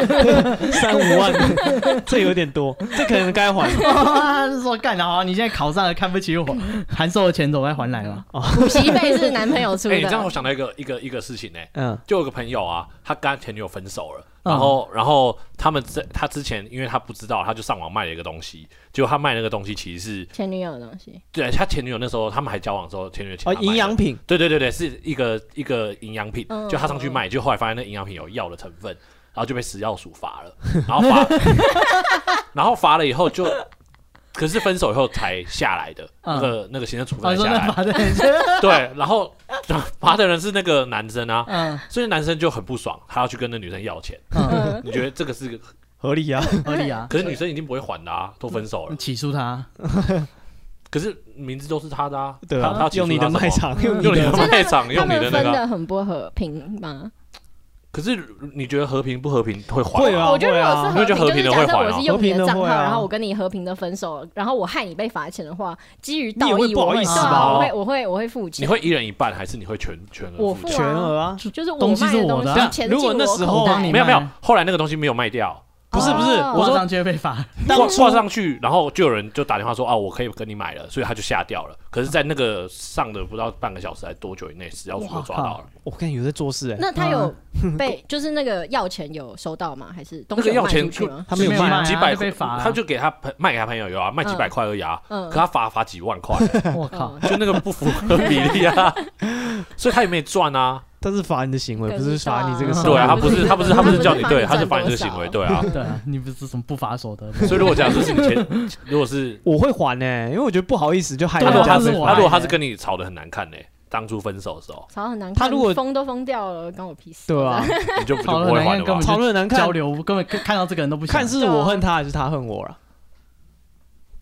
Speaker 2: ，3-5万，这有点多，这可能该还。
Speaker 3: 他是说干好，你现在考上了看不起我，函授的钱总该还来吧？
Speaker 5: 补习费是男朋友出的。
Speaker 4: 你这样我想到一个事情呢，就有个朋友啊，他跟他前女友分手了。然后他之前因为他不知道，他就上网卖了一个东西，结果他卖那个东西其实是
Speaker 5: 前女友的东西。
Speaker 4: 对，他前女友那时候他们还交往的时候，前女友
Speaker 2: 营养品。
Speaker 4: 对，是一个营养品，就他上去卖，就后来发现那营养品有药的成分，然后就被食药署罚了，然后罚了以后就。可是分手以后才下来的，那个行政处分下来。对，然后罚的人是那个男生啊，所以男生就很不爽，他要去跟那女生要钱。你觉得这个是
Speaker 2: 合理啊？
Speaker 3: 合理啊。
Speaker 4: 可是女生一定不会还的啊，都分手了。
Speaker 3: 起诉他。
Speaker 4: 可是名字都是他的啊，
Speaker 2: 对啊，他用你的卖场，
Speaker 4: 用你的卖场，用你的那个。
Speaker 5: 分的很不和平吗？
Speaker 4: 可是你觉得和平不和平会还？
Speaker 2: 会啊，
Speaker 5: 我觉得如果是和平，就是假设我是用你的账号，
Speaker 2: 然
Speaker 5: 后我跟你和平的分手，然后我害你被罚钱的话，基于道义，
Speaker 2: 不好意思吧？
Speaker 5: 我会付钱。
Speaker 4: 你会1人1半，还是你会全额？
Speaker 5: 我付
Speaker 2: 全额啊，
Speaker 5: 就是我卖的东西，钱
Speaker 2: 如果那时候
Speaker 4: 没有，后来那个东西没有卖掉。
Speaker 2: 不是，
Speaker 3: 我说上去被罚，
Speaker 4: 挂上去，然后就有人就打电话说我可以跟你买了，所以他就下掉了。可是，在那个上的不到半个小时还多久以内，食药署就抓到了。
Speaker 2: 我看有在做事哎。
Speaker 5: 那他有被就是那个药钱有收到吗？还是
Speaker 4: 那个药钱
Speaker 2: 他没有卖
Speaker 4: 几百
Speaker 3: 被罚，
Speaker 4: 他就给他卖给他朋友有啊，卖几百块而已啊。可他罚几万块，
Speaker 3: 我靠，
Speaker 4: 就那个不符合比例啊，所以他也没赚啊。
Speaker 2: 但是罚你的行为，不是罚你这个手。
Speaker 4: 对啊，他不是叫你对，他是罚你这个行为，对啊，
Speaker 3: 对啊，你不是什么不法所得。
Speaker 4: 所以如果假设是你如果是
Speaker 2: 我会还呢，因为我觉得不好意思就害人
Speaker 4: 家。
Speaker 2: 如
Speaker 4: 果他是跟你吵得很难看呢，当初分手的时候
Speaker 5: 吵很难看，他如果封都封掉了，关我屁事。
Speaker 2: 对啊，
Speaker 4: 你就不会还了吧？
Speaker 3: 吵得很难看，交流根本看到这个人都不行。
Speaker 2: 看是我恨他还是他恨我了。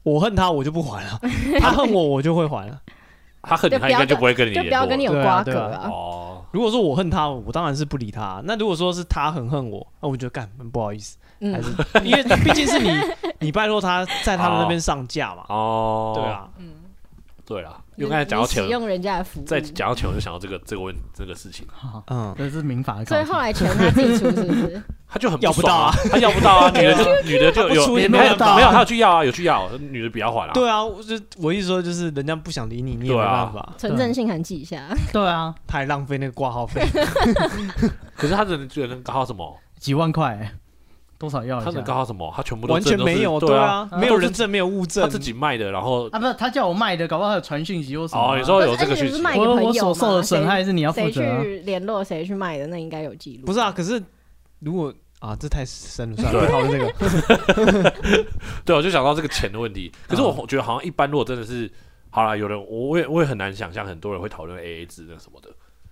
Speaker 2: 我恨他，我就不还了；他恨我，我就会还了。
Speaker 4: 他恨你，他应该就不会跟你联络，
Speaker 5: 就不要跟你有瓜葛啊。
Speaker 4: 哦，
Speaker 2: 如果说我恨他，我当然是不理他。那如果说是他很恨我，那我就干，不好意思，还是因为毕竟是你拜托他在他们那边上架嘛。
Speaker 4: 哦，
Speaker 2: 对啊，
Speaker 4: 对啦，因为刚才讲到钱，
Speaker 5: 用人家的服务，
Speaker 4: 再讲到钱，我就想到这个事情。
Speaker 3: 这是民法的。
Speaker 5: 所以后来钱他自己出，是不是？
Speaker 4: 他就很
Speaker 2: 要不到啊，
Speaker 4: 他要不到啊，女的就有
Speaker 2: 没有，
Speaker 4: 他有去要啊，有去要，女的不要还啊。
Speaker 2: 对啊，我意思说就是人家不想理你，你也没办法。
Speaker 5: 存证信函记一下。
Speaker 3: 对啊，
Speaker 2: 他还浪费那个挂号费。
Speaker 4: 可是他能高到什么？
Speaker 3: 几万块。多少要？
Speaker 4: 他能高到什么？他全部都
Speaker 2: 完全没有，对啊，没有人证，没有物证，
Speaker 4: 他自己卖的，然后
Speaker 3: 不是他叫我卖的，搞不好还有传讯息或什么。
Speaker 4: 哦，你说有这个讯息，
Speaker 3: 我所受的损害是你要负责。
Speaker 5: 谁去联络谁去卖的，那应该有记录。
Speaker 2: 不是啊，可是如果这太深了，算了，讨论这个。
Speaker 4: 对，我就想到这个钱的问题。可是我觉得好像一般，如果真的是好啦，有人我也很难想象，很多人会讨论 AA 制那什么的。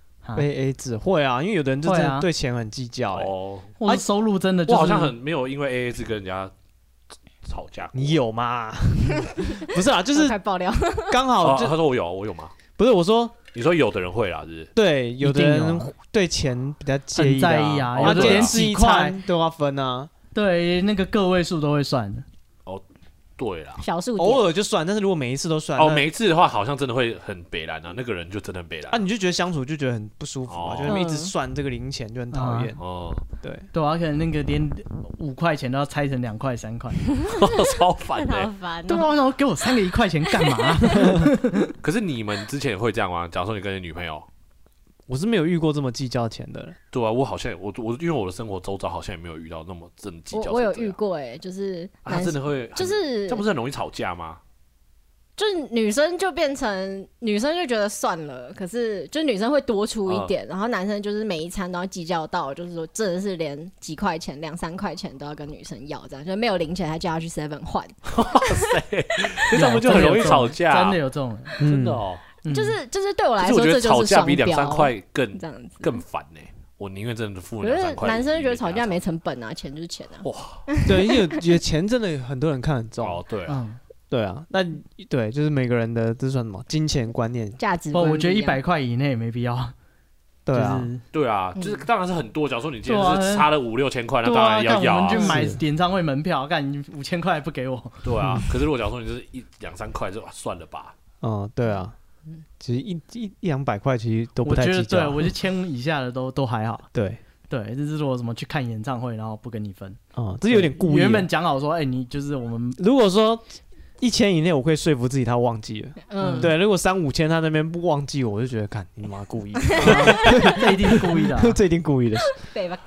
Speaker 2: AA 制会啊，因为有的人就真的对钱很计较
Speaker 3: 或者收入真的就是
Speaker 4: 我好像没有因为 AA 制跟人家吵架。
Speaker 2: 你有吗？不是啊，就是
Speaker 5: 太爆料，
Speaker 4: 刚好他说我有吗？
Speaker 2: 不是，我说
Speaker 4: 你说有的人会啦，是不是？
Speaker 2: 对，有的人对钱比较介意，
Speaker 3: 在意啊，
Speaker 2: 有的连吃一餐都要分啊，
Speaker 3: 对，那个个位数都会算的。
Speaker 4: 对啦，
Speaker 5: 小数
Speaker 2: 偶尔就算，但是如果每一次都算，
Speaker 4: 每一次的话好像真的会很北蓝啊，那个人就真的很北蓝
Speaker 2: 啊，你就觉得相处就觉得很不舒服啊，就一直算这个零钱就很讨厌对
Speaker 3: 对啊，可能那个连5块钱都要拆成2块3块，
Speaker 4: 超烦的，
Speaker 5: 好烦。
Speaker 3: 对啊，给我3个1块钱干嘛？
Speaker 4: 可是你们之前会这样吗？假如说你跟你女朋友。
Speaker 2: 我是没有遇过这么计较钱的人。
Speaker 4: 对啊，我好像因为我的生活周遭好像也没有遇到那么真计较。
Speaker 5: 我有遇过就是
Speaker 4: 他真的会就是这不是很容易吵架吗？
Speaker 5: 就是女生就变成女生就觉得算了，可是就女生会多出一点，然后男生就是每一餐都要计较到，就是说真的是连几块钱2、3块钱都要跟女生要，这样就没有零钱还叫她去 7 换。
Speaker 4: 哇塞，这不就很容易吵架？
Speaker 3: 真的有这种人，
Speaker 4: 真的哦。
Speaker 5: 就是对我来说，
Speaker 4: 我觉得吵架比2、3块
Speaker 5: 这样子
Speaker 4: 更烦呢。我宁愿真的付2、3块。
Speaker 5: 男生觉得吵架没成本啊，钱就是钱啊。
Speaker 4: 哇，
Speaker 2: 对，因为钱真的很多人看很重。
Speaker 4: 哦，对啊，
Speaker 2: 对啊，那对，就是每个人的这算什么金钱观念、
Speaker 5: 价值观。
Speaker 3: 我觉得100块以内没必要。
Speaker 2: 对啊，
Speaker 4: 对啊，就是当然是很多。假如说你今天是差了5、6千块，那当然要。
Speaker 3: 我们去买演唱会门票，干你5000块不给我。
Speaker 4: 对啊，可是如果假如说你就是1、2、3块，就算了吧。
Speaker 2: 对啊。其实100-200块其实都不太计较。
Speaker 3: 对，我就1000以下的都还好。
Speaker 2: 对，
Speaker 3: 就是如果什么去看演唱会，然后不跟你分，
Speaker 2: 这有点故意。
Speaker 3: 原本讲好说，你就是我们。
Speaker 2: 如果说1000以内，我可以说服自己他忘记了。对，如果3、5千他那边不忘记我就觉得，看你妈故意的，
Speaker 3: 这一定是故意的，
Speaker 2: 这一定故意的。
Speaker 5: 对吧？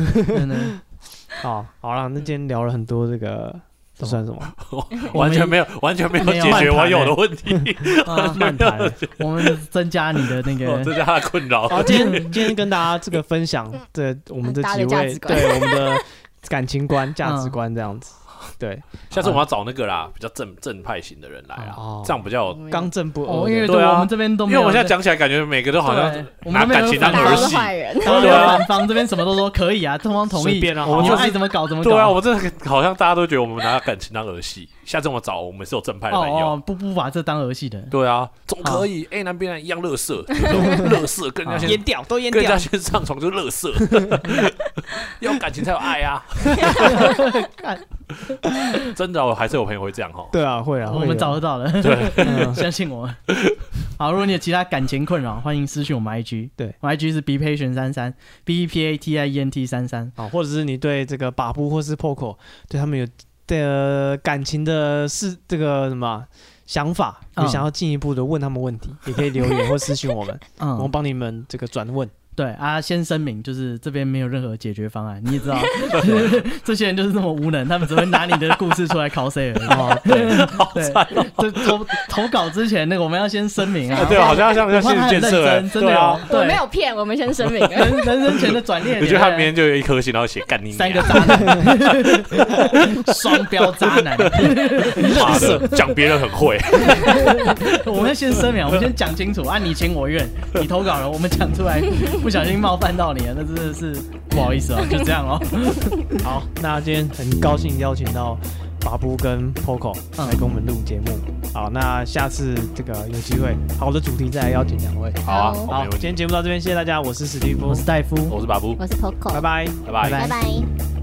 Speaker 2: 好了，那今天聊了很多这个。这算什么？
Speaker 4: 完全没有解决网友的问题。
Speaker 3: 漫谈，我们增加你的那个，
Speaker 4: 增加他的困扰。
Speaker 2: 好，今天跟大家这个分享，我们这几位对我们的感情观、价值观这样子。对，
Speaker 4: 下次我们要找那个啦，比较正派型的人来啦，这样比较
Speaker 2: 刚正不阿。
Speaker 3: 因为对我们这边都没有，
Speaker 4: 因为我现在讲起来，感觉每个都好像拿感情当儿戏。
Speaker 5: 对
Speaker 3: 啊，反方这边什么都说可以啊，通方同意，我们爱怎么搞怎么搞。
Speaker 4: 对啊，我们真的好像大家都觉得我们拿感情当儿戏。下次我们找我们是有正派的朋友，
Speaker 3: 不把这当儿戏的。
Speaker 4: 对啊，总可以 A 男 B 男一样垃圾，垃圾跟人家
Speaker 2: 淹掉，都淹
Speaker 4: 掉，跟人家先上床就是垃圾，要感情才有爱啊。真的，还是有朋友会这样哈。
Speaker 2: 对啊，会啊，
Speaker 3: 我们找得到的，对，相信我们。好，如果你有其他感情困扰，欢迎私讯我们 IG， 对，我 IG 是 bepatient33 BEPATIENT33。
Speaker 2: 好，或者是你对这个把布或是 Poco 对他们有的感情的这个什么想法，有想要进一步的问他们问题，也可以留言或私讯我们，我们帮你们这个转问。
Speaker 3: 对啊，先声明，就是这边没有任何解决方案，你也知道，这些人就是这么无能，他们只会拿你的故事出来 cos 而已。
Speaker 4: 对，好惨哦！
Speaker 3: 这投稿之前，那个我们要先声明啊。
Speaker 4: 对，好像像心理建设，
Speaker 3: 真的啊，
Speaker 5: 我没有骗，我们先声明。
Speaker 3: 人生前的转念，
Speaker 4: 我觉得他明天就有1颗星，然后写干你
Speaker 3: 3个渣男，双标渣男，
Speaker 4: 妈的，讲别人很会。
Speaker 3: 我们先声明，我们先讲清楚，你情我愿，你投稿了，我们讲出来。不小心冒犯到你了，那真的是不好意思啊，就这样哦。
Speaker 2: 好，那今天很高兴邀请到巴布跟 Poco 来跟我们录节目。好，那下次这个有机会好的主题再来邀请2位。
Speaker 4: 好啊，
Speaker 2: 好，今天节目到这边，谢谢大家，我是史蒂夫，
Speaker 3: 我是戴夫，
Speaker 4: 我是巴布，
Speaker 5: 我是 Poco，
Speaker 2: 拜拜，
Speaker 4: 拜拜，
Speaker 5: 拜拜。